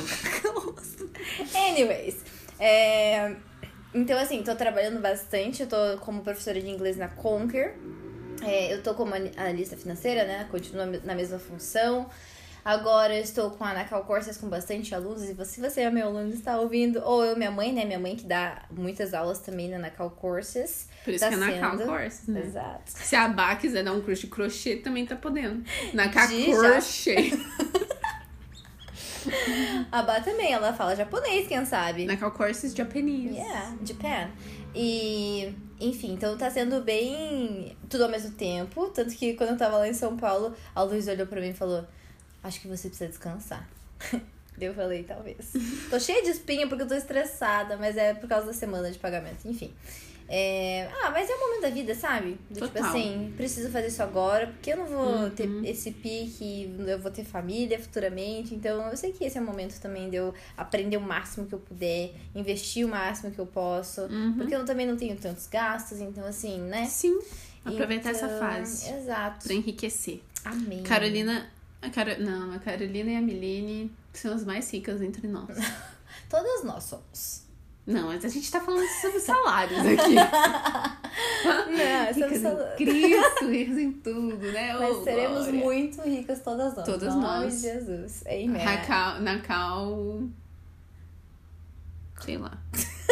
Anyways, é... então assim, tô trabalhando bastante, eu tô como professora de inglês na Conquer, é, eu tô como analista financeira, né, continuo na mesma função. Agora eu estou com a Nacal Courses com bastante alunos, e se você é meu aluno está ouvindo, ou eu, minha mãe, né, minha mãe que dá muitas aulas também na Nacal Courses. Por isso tá que é Nacal sendo... Courses, né? Exato. Se a Bá quiser dar um curso de crochê, também tá podendo. Nacal De Crochê. A Bá também, ela fala japonês, quem sabe? Nacal Courses Japanese. Yeah, Japan. E, enfim, então tá sendo bem tudo ao mesmo tempo. Tanto que quando eu tava lá em São Paulo, a Luiz olhou pra mim e falou: acho que você precisa descansar. Eu falei, talvez. Tô cheia de espinha porque eu tô estressada, mas é por causa da semana de pagamento. Enfim. É... Ah, mas é o momento da vida, sabe? Do, tipo Total. assim, preciso fazer isso agora, porque eu não vou Uhum. ter esse pique, eu vou ter família futuramente. Então, eu sei que esse é o momento também de eu aprender o máximo que eu puder, investir o máximo que eu posso. Uhum. Porque eu também não tenho tantos gastos, então assim, né? Sim. Aproveitar Então, essa fase. Exato. Pra enriquecer. Amém. Carolina... A Caro... Não, a Carolina e a Milene são as mais ricas entre nós. Todas nós somos. Não, mas a gente tá falando sobre salários aqui. Não, estamos Ricas falando... em Cristo, ricas em tudo, né? Mas Ô, seremos glória. muito ricas todas nós. Todas em nome nós. de Jesus. Amen. Nacal... Nacal... Sei lá.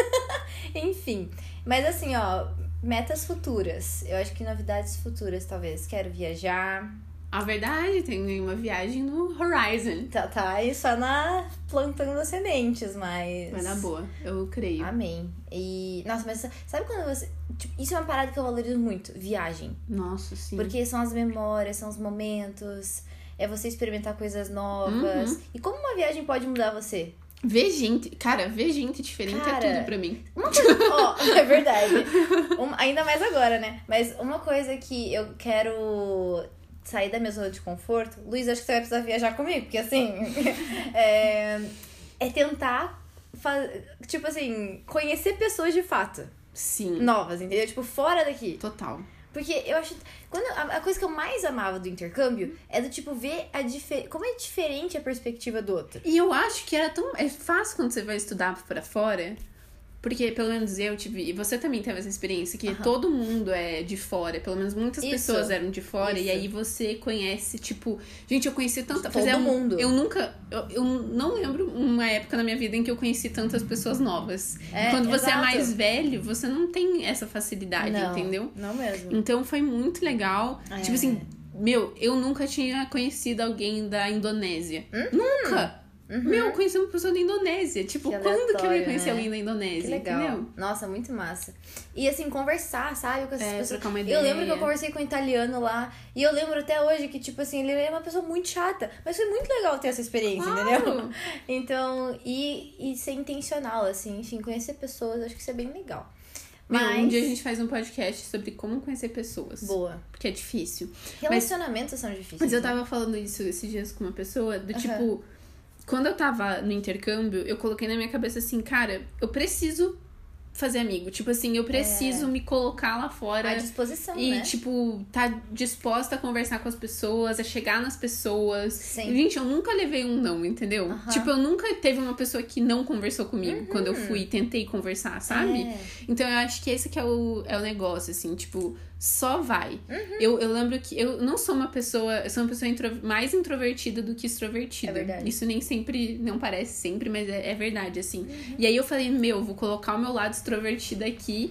Enfim. Mas assim, ó, metas futuras. Eu acho que novidades futuras, talvez. Quero viajar. A verdade, tem uma viagem no Horizon. Tá, tá aí só na plantando as sementes, mas... Vai na boa, eu creio. Amém. E... Nossa, mas sabe quando você... Tipo, isso é uma parada que eu valorizo muito. Viagem. Nossa, sim. Porque são as memórias, são os momentos. É você experimentar coisas novas. Uhum. E como uma viagem pode mudar você? Ver gente... Cara, ver gente diferente Cara, é tudo pra mim. Uma coisa... Ó, é verdade. Um, ainda mais agora, né? Mas uma coisa que eu quero... sair da minha zona de conforto. Luiz, acho que você vai precisar viajar comigo, porque assim... é, é tentar, fa- tipo assim, conhecer pessoas de fato. Sim. Novas, entendeu? Tipo, fora daqui. Total. Porque eu acho... Quando, a, a coisa que eu mais amava do intercâmbio é do tipo, ver a difer- como é diferente a perspectiva do outro. E eu acho que era tão... É fácil quando você vai estudar pra fora... Porque, pelo menos eu tive... E você também teve essa experiência, que Aham. todo mundo é de fora. Pelo menos muitas Isso. pessoas eram de fora. Isso. E aí você conhece, tipo... Gente, eu conheci tanta... Todo fazia- mundo. Eu nunca... Eu, eu não lembro uma época na minha vida em que eu conheci tantas pessoas novas. É, Quando você exato. é mais velho, você não tem essa facilidade, Não, entendeu? não mesmo. Então foi muito legal. É. Tipo assim... Meu, eu nunca tinha conhecido alguém da Indonésia. Uhum. Nunca! Meu, eu conheci uma pessoa da Indonésia. Tipo, Que quando que eu ia aleatório, conhecer né? alguém da Indonésia? Que legal. Entendeu? Nossa, muito massa. E assim, conversar, sabe? Com essas É, pessoas. trocar uma Eu lembro que eu ideia. conversei com um italiano lá. E eu lembro até hoje que, tipo assim, ele é uma pessoa muito chata. Mas foi muito legal ter essa experiência, Claro. entendeu? Então, e, e ser intencional, assim. Enfim, conhecer pessoas, acho que isso é bem legal. Meu, Mas... um dia a gente faz um podcast sobre como conhecer pessoas. Boa. Porque é difícil. Relacionamentos são difíceis. Mas eu né? tava falando isso esses dias com uma pessoa, do Aham. tipo... Quando eu tava no intercâmbio, eu coloquei na minha cabeça assim, cara, eu preciso fazer amigo. Tipo assim, eu preciso me colocar lá fora. À disposição, E, né? tipo, tá disposta a conversar com as pessoas, a chegar nas pessoas. Sim. Gente, eu nunca levei um não, entendeu? Aham. Tipo, eu nunca teve uma pessoa que não conversou comigo quando eu fui e tentei conversar, sabe? É. Então eu acho que esse que é o, é o negócio, assim, tipo, só vai. Uhum. Eu, eu lembro que eu não sou uma pessoa, eu sou uma pessoa intro- mais introvertida do que extrovertida. É verdade. Isso nem sempre, não parece sempre, mas é, é verdade, assim. Uhum. E aí eu falei, meu, vou colocar o meu lado extrovertido aqui,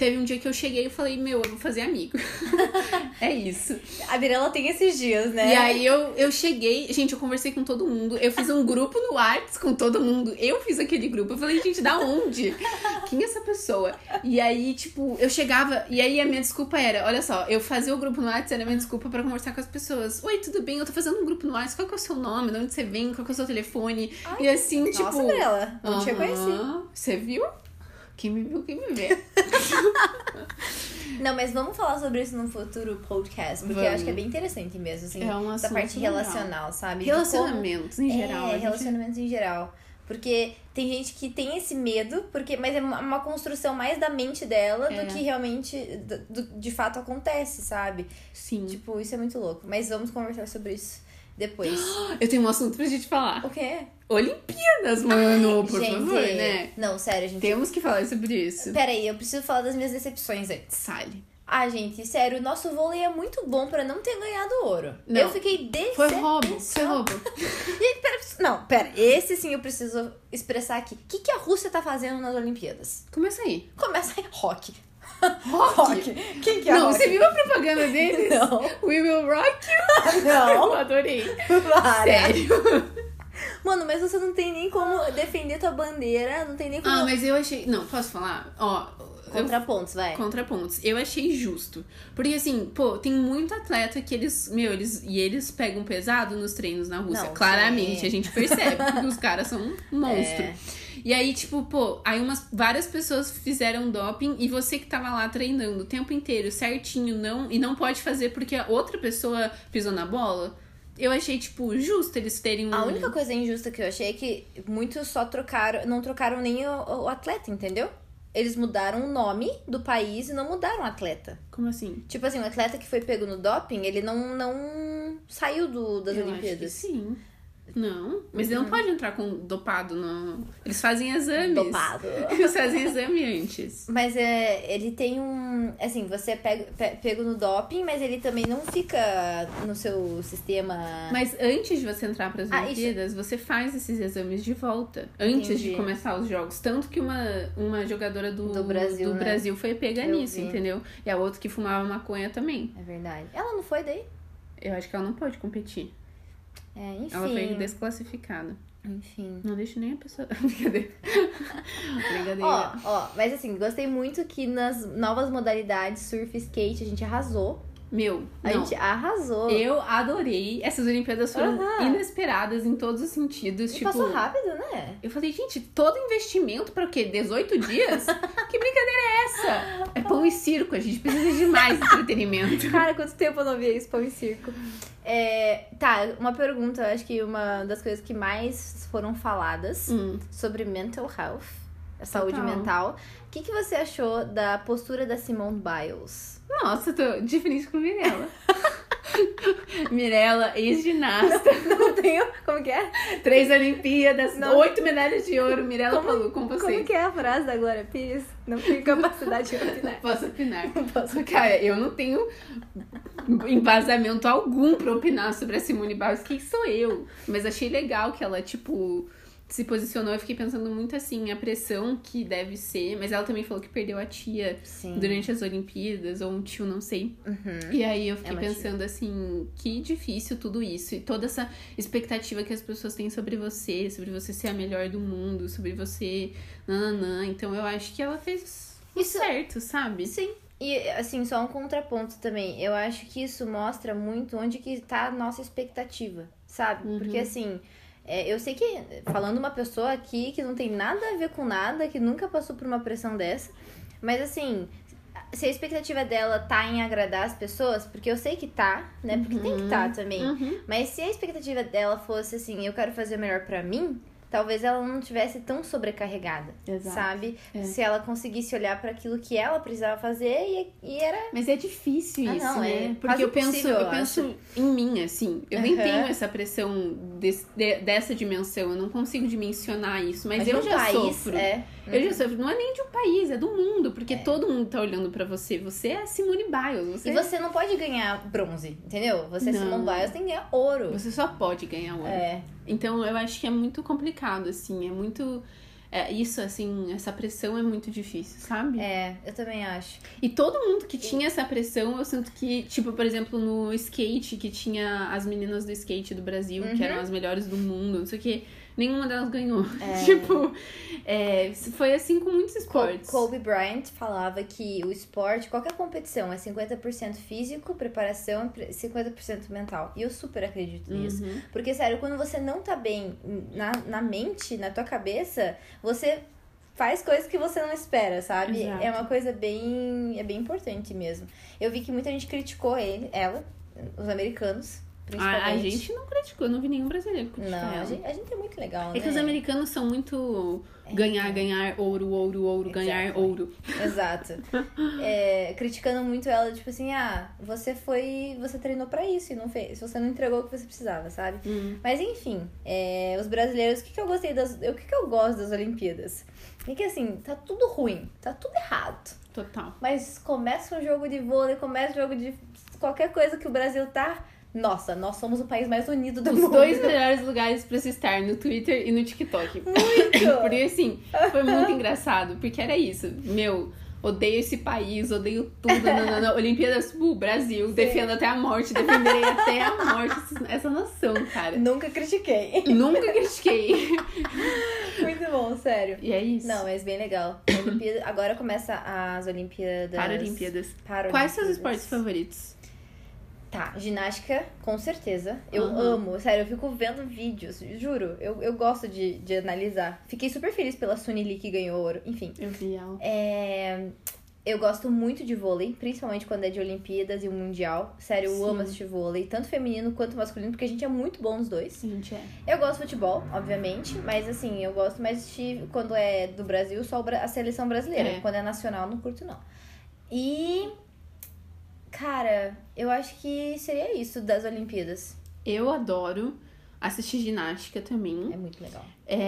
teve um dia que eu cheguei e falei, meu, eu vou fazer amigo. É isso. A Mirella tem esses dias, né? E aí eu, eu cheguei, gente, eu conversei com todo mundo. Eu fiz um grupo no Whats com todo mundo. Eu fiz aquele grupo. Eu falei, gente, da onde? Quem é essa pessoa? E aí, tipo, eu chegava, e aí a minha desculpa era, olha só, eu fazia o grupo no Whats, era a minha desculpa pra conversar com as pessoas. Oi, tudo bem? Eu tô fazendo um grupo no Whats, qual que é o seu nome? De onde você vem? Qual que é o seu telefone? Ai, e assim, nossa, tipo... Nossa, Mirella, não uh-huh, tinha conhecido. Você viu? Quem me viu, quem me vê. Não, mas vamos falar sobre isso num futuro podcast, porque vamos. Eu acho que é bem interessante mesmo, assim, é um essa parte legal. relacional, sabe? Relacionamentos, como... em geral. É, gente... relacionamentos em geral. Porque tem gente que tem esse medo, porque mas é uma construção mais da mente dela é. do que realmente, do, do, de fato, acontece, sabe? Sim. Tipo, isso é muito louco. Mas vamos conversar sobre isso depois. Eu tenho um assunto pra gente falar. O quê? Olimpíadas, mano, por gente, favor, né? Não, sério, gente. Temos que falar sobre isso. Peraí, eu preciso falar das minhas decepções antes. Sale. Ah, gente, sério, o nosso vôlei é muito bom pra não ter ganhado ouro. Não. Eu fiquei decepcionada. Foi roubo, foi roubo. E, pera, não, pera, esse sim eu preciso expressar aqui. O que, que a Rússia tá fazendo nas Olimpíadas? Começa aí. Começa aí, rock. Rock? Rock. Quem que é Não, rock? você viu a propaganda deles? Não. We will rock you. Não. Eu adorei. Para. Sério. Mano, mas você não tem nem como defender tua bandeira, não tem nem como... Ah, mas eu achei... Não, posso falar? Ó... Contrapontos, vai. Contrapontos. Eu achei justo. Porque, assim, pô, tem muito atleta que eles... Meu, eles... E eles pegam pesado nos treinos na Rússia. Não, claramente, sim. a gente percebe. Porque os caras são um monstro. É. E aí, tipo, pô... Aí umas... Várias pessoas fizeram doping. E você que tava lá treinando o tempo inteiro, certinho, não... E não pode fazer porque a outra pessoa pisou na bola... Eu achei, tipo, justo eles terem um... A única coisa injusta que eu achei é que muitos só trocaram... Não trocaram nem o, o atleta, entendeu? Eles mudaram o nome do país e não mudaram o atleta. Como assim? Tipo assim, o atleta que foi pego no doping, ele não, não saiu do, das eu Olimpíadas. Acho que sim. Não, mas ele não pode entrar com dopado, não. Eles fazem exames. Dopado. Eles fazem exame antes. Mas é, ele tem um... Assim, você é pego, pe- pego no doping, mas ele também não fica no seu sistema... Mas antes de você entrar para as Ah, Olimpíadas, você faz esses exames de volta. Antes Entendi. de começar os jogos. Tanto que uma, uma jogadora do, Do Brasil, do né? Brasil foi pega Eu nisso, vi. entendeu? E a outra que fumava maconha também. É verdade. Ela não foi daí? Eu acho que ela não pode competir. É, enfim. Ela foi desclassificada. Enfim. Não deixa nem a pessoa... Brincadeira. Brincadeira. Ó, ó, mas assim, gostei muito que nas novas modalidades, surf e skate, a gente arrasou. Meu, A não. gente arrasou. Eu adorei. Essas Olimpíadas foram Aham. inesperadas em todos os sentidos. E tipo, passou rápido, né? eu falei, gente, todo investimento pra o quê? dezoito dias? Que brincadeira é essa? É pão e circo, a gente precisa de mais entretenimento. Cara, quanto tempo eu não via isso, pão e circo. É, tá, uma pergunta, acho que uma das coisas que mais foram faladas Hum. sobre mental health, a saúde Total. mental. O que, que você achou da postura da Simone Biles? Nossa, eu tô diferente com Mirella. Mirella, ex-ginasta. Não tenho. Como que é? Três Olimpíadas, Não. oito medalhas de ouro. Mirella falou com Como vocês. que é a frase da Glória Pires? Não tenho capacidade de opinar. Posso opinar? Não posso. Cara, eu não tenho embasamento algum pra opinar sobre a Simone Biles. Quem sou eu? Mas achei legal que ela, tipo, se posicionou. Eu fiquei pensando muito assim, a pressão que deve ser. Mas ela também falou que perdeu a tia Sim. durante as Olimpíadas, ou um tio, não sei. Uhum. E aí eu fiquei É uma pensando assim, que difícil tudo isso. E toda essa expectativa que as pessoas têm sobre você, sobre você ser a melhor do mundo, sobre você... Nananã. Então eu acho que ela fez o Isso- certo, sabe? Sim. E, assim, só um contraponto também. Eu acho que isso mostra muito onde que tá a nossa expectativa, sabe? Uhum. Porque, assim, é, eu sei que, falando uma pessoa aqui que não tem nada a ver com nada, que nunca passou por uma pressão dessa, mas, assim, se a expectativa dela tá em agradar as pessoas, porque eu sei que tá, né? Porque tem que tá também. Uhum. Mas se a expectativa dela fosse, assim, eu quero fazer o melhor pra mim... Talvez ela não tivesse tão sobrecarregada, Exato. sabe? É. Se ela conseguisse olhar para aquilo que ela precisava fazer e, e era... Mas é difícil Ah, isso, não, né? é Porque quase eu penso, impossível, eu eu penso em mim, assim. Eu nem Aham. tenho essa pressão desse- de- dessa dimensão. Eu não consigo dimensionar isso. Mas, Mas eu no já país, sofro. É. Eu já sofro. Não é nem de um país, é do mundo. Porque todo mundo tá olhando pra você. Você é a Simone Biles. Você, E você não pode ganhar bronze, entendeu? Você é Não. Simone Biles, tem que ganhar ouro. você só pode ganhar ouro. É. Então, eu acho que é muito complicado, assim. É muito... é, isso, assim, essa pressão é muito difícil, sabe? É, eu também acho. E todo mundo que tinha essa pressão, eu sinto que, tipo, por exemplo, no skate, que tinha as meninas do skate do Brasil, Uhum. que eram as melhores do mundo, não sei o que, nenhuma delas ganhou. É. Tipo, é, foi assim com muitos esportes. Kobe Bryant falava que o esporte, qualquer competição, é cinquenta por cento físico, preparação e cinquenta por cento mental. E eu super acredito nisso. Uhum. Porque, sério, quando você não tá bem na, na mente, na tua cabeça, você faz coisas que você não espera, sabe? Exato. É uma coisa bem, é bem importante mesmo. Eu vi que muita gente criticou ele, ela, os americanos, principalmente. A, a gente não criticou, eu não vi nenhum brasileiro criticar Não, ela. a gente, a gente é muito legal, É né? que os americanos são muito ganhar, ganhar, ouro, ouro, ouro, ganhar, Exactly. ouro. Exato. É, criticando muito ela, tipo assim, ah, você foi. Você treinou pra isso e não fez. Você não entregou o que você precisava, sabe? Hum. Mas enfim, é, os brasileiros, o que, que eu gostei das. O que, que eu gosto das Olimpíadas? É que assim, tá tudo ruim, tá tudo errado. Total. Mas começa um jogo de vôlei, começa um jogo de qualquer coisa que o Brasil tá. Nossa, nós somos o país mais unido do Os mundo. dois melhores lugares pra se estar, no Twitter e no TikTok. Muito! Porque assim, foi muito engraçado, porque era isso. Meu, odeio esse país, odeio tudo. Nanana. Olimpíadas, uh, Brasil, Sim. defendo até a morte, defenderei até a morte essa nação, cara. Nunca critiquei. Nunca critiquei. Muito bom, sério. E é isso. Não, mas bem legal. Olimpíada- Agora começa as Olimpíadas. Paralimpíadas. Paralimpíadas. Quais seus esportes favoritos? Tá, ginástica, com certeza. Eu Uhum. amo, sério, eu fico vendo vídeos, juro. Eu, eu gosto de, de analisar. Fiquei super feliz pela Suni Lee que ganhou ouro. Enfim. Eu vi ela. É, eu gosto muito de vôlei, principalmente quando é de Olimpíadas e o Mundial. Sério, eu Sim. amo assistir vôlei, tanto feminino quanto masculino, porque a gente é muito bom nos dois. Gente, é. Eu gosto de futebol, obviamente, mas assim, eu gosto mais de assistir quando é do Brasil, só o Bra- a seleção brasileira. É. Quando é nacional, não curto não. E, cara, eu acho que seria isso das Olimpíadas. Eu adoro assistir ginástica também. É muito legal.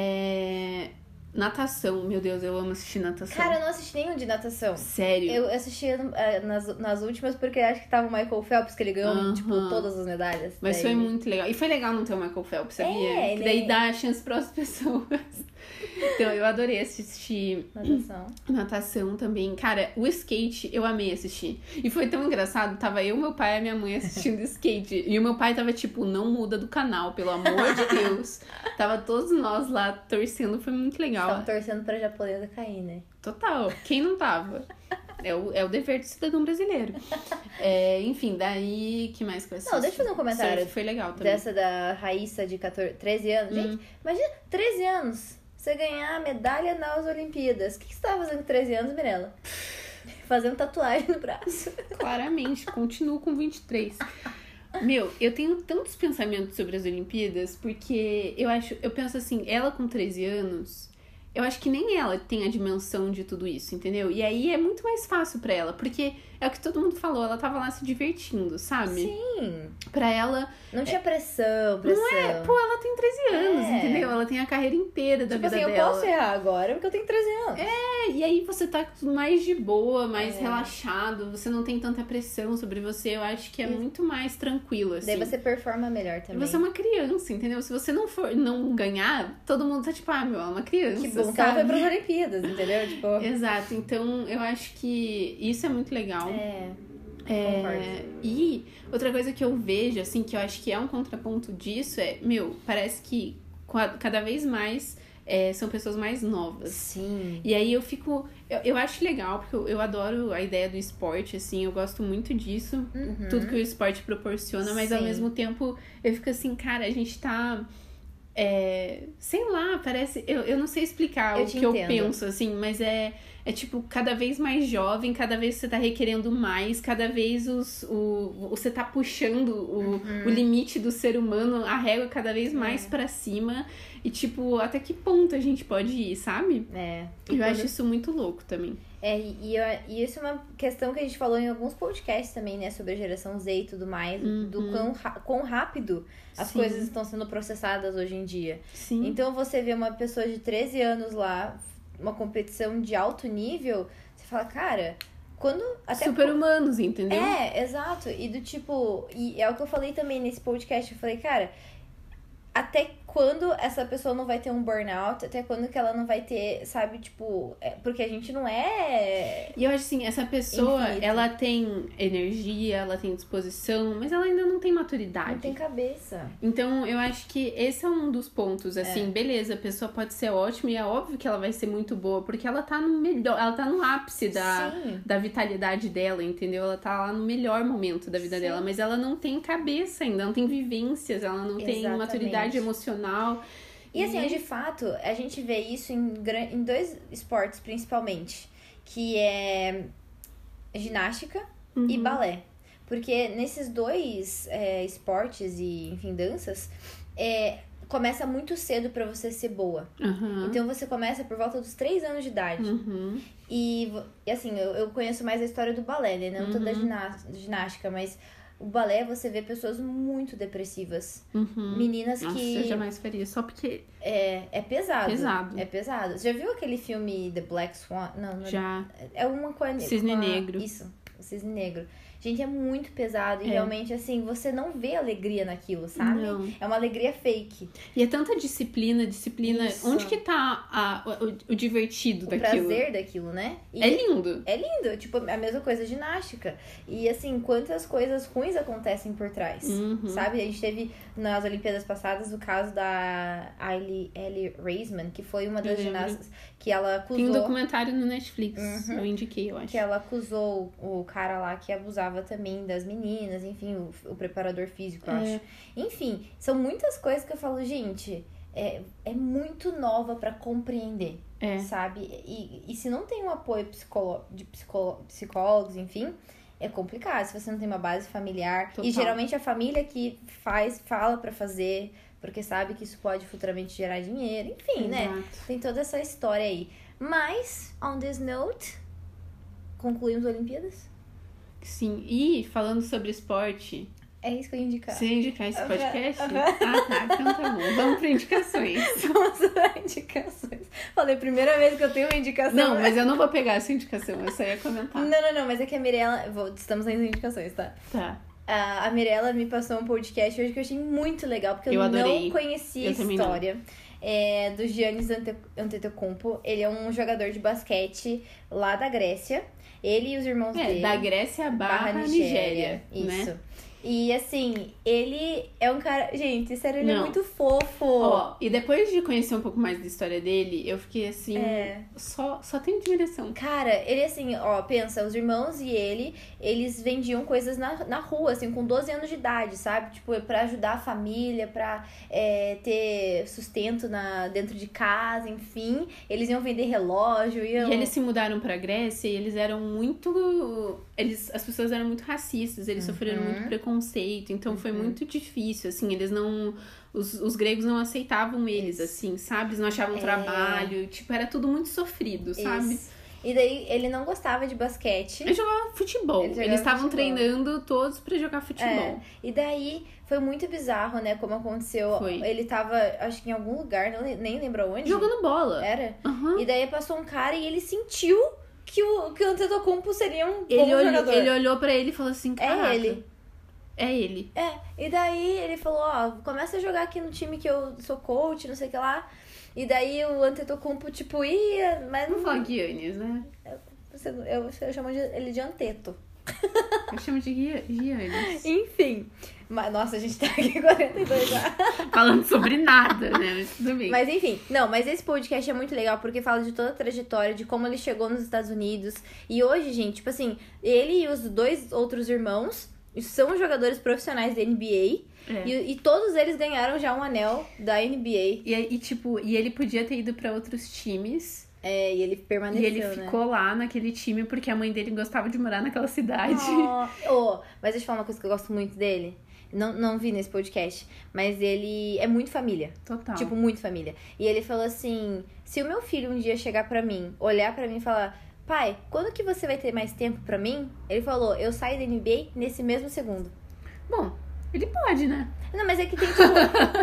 É... Natação, meu Deus, eu amo assistir natação. Cara, eu não assisti nenhum de natação. Sério. Eu assisti eh, nas, nas últimas porque acho que tava o Michael Phelps, que ele ganhou, Aham. tipo, todas as medalhas. Mas Daí- foi muito legal. E foi legal não ter o Michael Phelps, sabia? É, que ele- daí dá chance para as pessoas. Então, eu adorei assistir Natação. natação também. Cara, o skate, eu amei assistir. E foi tão engraçado. Tava eu, meu pai e a minha mãe assistindo skate. E o meu pai tava tipo, não muda do canal, pelo amor de Deus. Tava todos nós lá torcendo. Foi muito legal. Estavam torcendo pra japonesa cair, né? Total. Quem não tava? É o, é o dever do cidadão brasileiro. É, enfim, daí, que mais que eu assisti? Não, deixa eu fazer um comentário Surf foi legal também. Dessa da Raíssa de catorze, treze anos. Gente, imagina, treze anos. Você ganhar a medalha nas Olimpíadas. O que, que você tava fazendo com treze anos, Mirella? Fazendo tatuagem no braço. Claramente, continuo com vinte e três. Meu, eu tenho tantos pensamentos sobre as Olimpíadas, porque eu acho, eu penso assim, ela com treze anos, eu acho que nem ela tem a dimensão de tudo isso, entendeu? E aí é muito mais fácil pra ela, porque é o que todo mundo falou, ela tava lá se divertindo, sabe? Sim. Pra ela, Não tinha pressão, pressão. não é, pô, ela tem treze anos, É. entendeu? Ela tem a carreira inteira da Tipo vida assim, eu dela. posso errar agora porque eu tenho treze anos. É, e aí você tá mais de boa, mais É. relaxado, você não tem tanta pressão sobre você, eu acho que é muito mais tranquilo, assim. Daí você performa melhor também. Você é uma criança, entendeu? Se você não for não ganhar, todo mundo tá tipo, ah, meu, é uma criança. Que bom sabe? que ela foi pras Olimpíadas, entendeu? Tipo, Exato, então eu acho que isso é muito legal. é. É, Concordo. e outra coisa que eu vejo, assim, que eu acho que é um contraponto disso é, meu, parece que qua- cada vez mais é, são pessoas mais novas. Sim. E aí eu fico. Eu, eu acho legal, porque eu, eu adoro a ideia do esporte, assim, eu gosto muito disso, Uhum. tudo que o esporte proporciona, mas ao Sim. mesmo tempo eu fico assim, cara, a gente tá. É, sei lá, parece. Eu, eu não sei explicar Eu o te que eu entendo. penso, assim, mas é. É tipo, cada vez mais jovem, cada vez você tá requerendo mais, cada vez os, o, você tá puxando o, Uhum. o limite do ser humano, a régua cada vez É. mais pra cima. E tipo, até que ponto a gente pode ir, sabe? É. Eu E acho quando- isso muito louco também. É, e, e eu- e isso é uma questão que a gente falou em alguns podcasts também, né? Sobre a geração Z e tudo mais. Do quão, ra- quão rápido as Sim. coisas estão sendo processadas hoje em dia. Sim. Então você vê uma pessoa de treze anos lá, uma competição de alto nível, você fala, cara, quando. Até Super-humanos, entendeu? É, exato. E do tipo. E é o que eu falei também nesse podcast. Eu falei, cara, até quando essa pessoa não vai ter um burnout, até quando que ela não vai ter, sabe, tipo... É, porque a gente não é... E eu acho assim, essa pessoa, infinito. Ela tem energia, ela tem disposição, mas ela ainda não tem maturidade. Não tem cabeça. Então, eu acho que esse é um dos pontos, assim, É. beleza, a pessoa pode ser ótima e é óbvio que ela vai ser muito boa, porque ela tá no melhor, ela tá no ápice da, Sim. da vitalidade dela, entendeu? Ela tá lá no melhor momento da vida Sim. dela, mas ela não tem cabeça ainda, não tem vivências, ela não tem Exatamente. maturidade emocional. E assim, de fato, a gente vê isso em, gran- em dois esportes, principalmente. Que é ginástica Uhum. e balé. Porque nesses dois é, esportes e, enfim, danças, é, começa muito cedo pra você ser boa. Uhum. Então você começa por volta dos três anos de idade. Uhum. E, vo- e assim, eu, eu conheço mais a história do balé, né? Não toda a Uhum. giná- ginástica, mas o balé você vê pessoas muito depressivas. Uhum. Meninas Nossa, que... eu jamais faria, só porque É, é pesado. Pesado. É pesado. Você já viu aquele filme The Black Swan? Não, não já... é uma com a... Cisne com a- Negro. Isso, o Cisne Negro. Gente, é muito pesado. E É. realmente, assim, você não vê alegria naquilo, sabe? Não. É uma alegria fake. E é tanta disciplina, disciplina. Isso. Onde que tá a, o, o divertido O daquilo? prazer daquilo, né? E É lindo. é lindo. Tipo, a mesma coisa ginástica. E, assim, quantas coisas ruins acontecem por trás. Uhum. Sabe? A gente teve nas Olimpíadas passadas o caso da Ellie, Ellie Raisman, que foi uma das Eu lembro. ginastas que ela acusou... Tem um documentário no Netflix. Uhum. Eu indiquei, eu acho. Que ela acusou o cara lá que abusava também das meninas, enfim, o, o preparador físico, eu É. acho. Enfim, são muitas coisas que eu falo, gente, é, é muito nova pra compreender, É. sabe? E, e se não tem um apoio psicolo, de psicó- psicólogos, enfim, é complicado. Se você não tem uma base familiar. Total. E geralmente a família que faz, fala pra fazer, porque sabe que isso pode futuramente gerar dinheiro, enfim, né? Exato. Tem toda essa história aí. Mas, on this note, concluímos as Olimpíadas? Sim. E falando sobre esporte, É isso que eu ia indicar. você ia indicar esse Aham, podcast? aham. Ah, tá. Então tá bom. Vamos pra indicações. Vamos para indicações. Falei, primeira vez que eu tenho uma indicação. Não, mas eu não vou pegar essa indicação, eu só ia comentar. Não, não, não, mas é que a Mirella... vou- Estamos nas indicações, tá? Tá. A, a Mirella me passou um podcast hoje que eu achei muito legal, porque eu, Eu adorei. não conhecia Eu a também não. história. É, do Giannis Ante- Antetokounmpo. Ele é um jogador de basquete lá da Grécia. Ele e os irmãos É, dele. da Grécia barra, Nigéria, Isso. né? E assim, ele é um cara... Gente, sério, ele é Não. muito fofo. Ó, e depois de conhecer um pouco mais da história dele, eu fiquei assim, É. só, só tenho admiração. Cara, ele assim, ó, pensa, os irmãos e ele, eles vendiam coisas na, na rua, assim, com doze anos de idade, sabe? Tipo, pra ajudar a família, pra é, ter sustento na, dentro de casa, enfim. Eles iam vender relógio, iam... E eles se mudaram pra Grécia e eles eram muito... Eles, as pessoas eram muito racistas, eles sofreram Uhum. muito preconceito, então foi Uhum. muito difícil, assim, eles não... Os, os gregos não aceitavam eles, assim, sabe? Eles não achavam É. trabalho, tipo, era tudo muito sofrido, sabe? Isso. E daí, ele não gostava de basquete. Eles jogavam futebol, Eles eles jogavam estavam futebol. treinando todos pra jogar futebol. É, e daí foi muito bizarro, né? Como aconteceu. Foi. Ele tava, acho que em algum lugar, não, le- nem lembro onde. Jogando bola. Era. Aham. E daí passou um cara e ele sentiu que o, que o Antetokounmpo seria um Ele, bom olhou, jogador. ele olhou pra ele e falou assim, caraca, É ele. É ele. É, e daí ele falou, ó, começa a jogar aqui no time que eu sou coach, não sei o que lá. E daí o Antetokounmpo, tipo, ia, mas não Vamos falar Giannis, né? Você, eu, eu chamo de- ele de Anteto. Eu chamo de Gia- Giannis. Enfim. Mas, nossa, a gente tá aqui quarenta e dois já. Falando sobre nada, né? Mas tudo bem. Mas enfim, não, mas esse podcast é muito legal porque fala de toda a trajetória, de como ele chegou nos Estados Unidos. E hoje, gente, tipo assim, ele e os dois outros irmãos são jogadores profissionais da N B A. É. E, e todos eles ganharam já um anel da N B A. E, e, tipo, e ele podia ter ido pra outros times. É, e ele permaneceu, E ele né? ficou lá naquele time porque a mãe dele gostava de morar naquela cidade. Oh, oh, mas deixa eu falar uma coisa que eu gosto muito dele. Não, não vi nesse podcast, mas ele é muito família. Total. Tipo, muito família. E ele falou assim: se o meu filho um dia chegar pra mim, olhar pra mim e falar, pai, quando que você vai ter mais tempo pra mim? Ele falou, eu saio da N B A nesse mesmo segundo. Bom, ele pode, né? Não, mas é que tem tipo.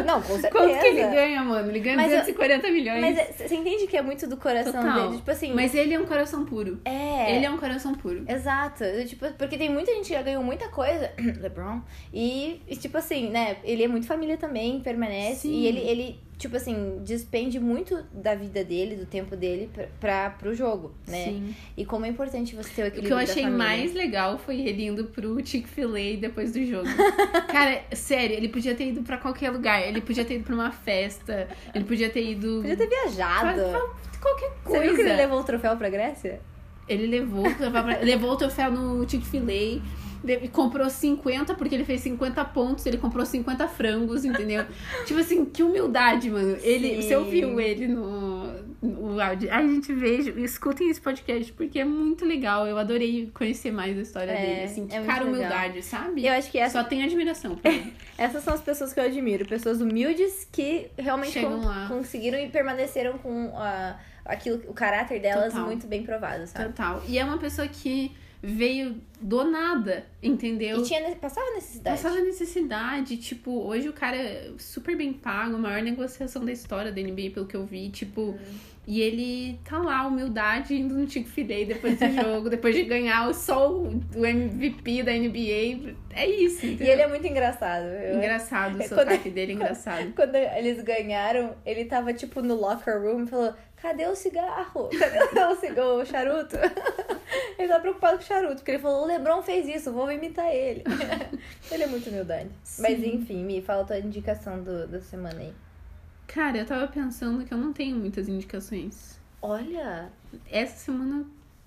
Não, com certeza. Quanto que ele ganha, mano? Ele ganha Mas duzentos e quarenta milhões. Mas é- você entende que é muito do coração Total. dele? Tipo assim... Mas ele é um coração puro. É... Ele é um coração puro. Exato. Eu, Tipo, porque tem muita gente que já ganhou muita coisa. LeBron. E, e, tipo assim, né? Ele é muito família também, permanece. Sim. E ele, ele, tipo assim, despende muito da vida dele, do tempo dele pra, pra, pro jogo, né? Sim. E como é importante você ter o O equilíbrio que eu da achei família. mais legal foi ele indo pro Chick-fil-A depois do jogo. Cara, sério, ele podia ter ido pra qualquer lugar. Ele podia ter ido pra uma festa. Ele podia ter ido... Podia ter viajado. pra- pra qualquer Você viu coisa. que ele levou o troféu pra Grécia? Ele levou, levava pra- levou o troféu no Chick-fil-A, le- comprou cinquenta, porque ele fez cinquenta pontos, ele comprou cinquenta frangos, entendeu? Tipo assim, que humildade, mano. Ele, Sim. você ouviu ele no, no áudio? Ai, gente, veja, escutem esse podcast, porque é muito legal. Eu adorei conhecer mais a história É, dele, assim, que é muito cara legal. humildade, sabe? Eu acho que essa, Só tem admiração por ele. essas são as pessoas que eu admiro. Pessoas humildes que realmente Chegam con- lá. conseguiram e permaneceram com a, aquilo, o caráter delas Total. muito bem provado, sabe? Total. E é uma pessoa que veio do nada, entendeu? E tinha, ne- passava necessidade. Passava necessidade, tipo, hoje o cara é super bem pago, a maior negociação da história da N B A, pelo que eu vi, tipo, Uhum. e ele tá lá, humildade, indo no Chick-fil-A depois do jogo, depois de ganhar o só o o M V P da N B A, é isso, E entendeu? ele é muito engraçado. Eu- Engraçado, o É, sotaque quando- dele é engraçado. Quando eles ganharam, ele tava, tipo, no locker room e falou: cadê o cigarro? Cadê o cigarro, o charuto? Ele tava preocupado com o charuto, porque ele falou: o LeBron fez isso, vou imitar ele. Ele é muito humildade. Sim. Mas enfim, me fala a tua indicação do, da semana aí. Cara, eu tava pensando que eu não tenho muitas indicações. Olha, Essa semana,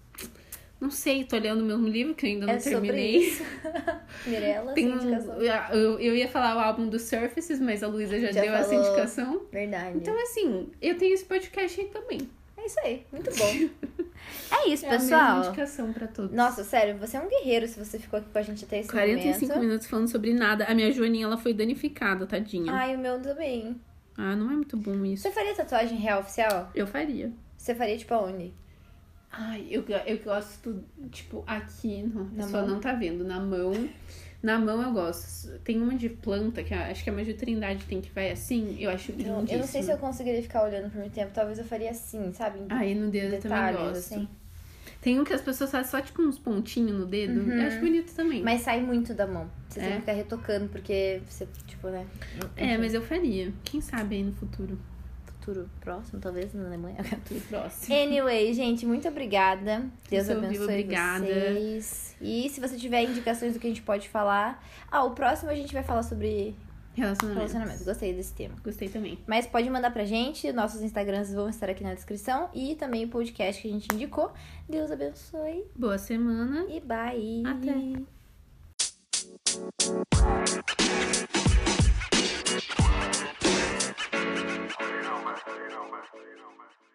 não sei, tô olhando o meu livro, que eu ainda não é sobre terminei. isso. Mirella, Tem sua um, indicação. eu, eu ia falar o álbum do Surfaces, mas a Luísa já, Já deu essa falou. indicação. Verdade. Então, assim, eu tenho esse podcast aí também. É isso aí, muito bom. É isso, É a mesma pessoal. indicação pra todos. Nossa, sério, você é um guerreiro se você ficou aqui com a gente até esse quarenta e cinco momento. minutos falando sobre nada. A minha joaninha, ela foi danificada, tadinha. Ai, o meu também. Ah, não é muito bom isso. Você faria tatuagem real oficial? Eu faria. Você faria tipo aonde? Ai, eu, eu gosto, tipo, aqui, não, a Na pessoa mão? não tá vendo, na mão. Na mão eu gosto. Tem uma de planta, que a- acho que a Maju Trindade tem, que vai assim, eu acho Eu, lindíssima. eu não sei se eu conseguiria ficar olhando por muito tempo. Talvez eu faria assim, sabe? Ai, no dedo eu também Detalhes, gosto. assim. Tem um que as pessoas fazem só, tipo, uns pontinhos no dedo. Eu acho bonito também. Mas sai muito da mão. Você tem É. que ficar retocando, porque você, tipo, né? É, mas eu faria. Quem sabe aí no futuro. Futuro próximo, talvez, na Alemanha. Futuro próximo. Anyway, gente, muito obrigada. Deus Você ouviu, abençoe obrigada. vocês. E se você tiver indicações do que a gente pode falar... Ah, o próximo a gente vai falar sobre Relacionamento. relacionamento. Gostei desse tema. Gostei também. Mas pode mandar pra gente, nossos Instagrams vão estar aqui na descrição. E também o podcast que a gente indicou. Deus abençoe Boa semana. e bye! Até. You know, man. You know, man. You know, man.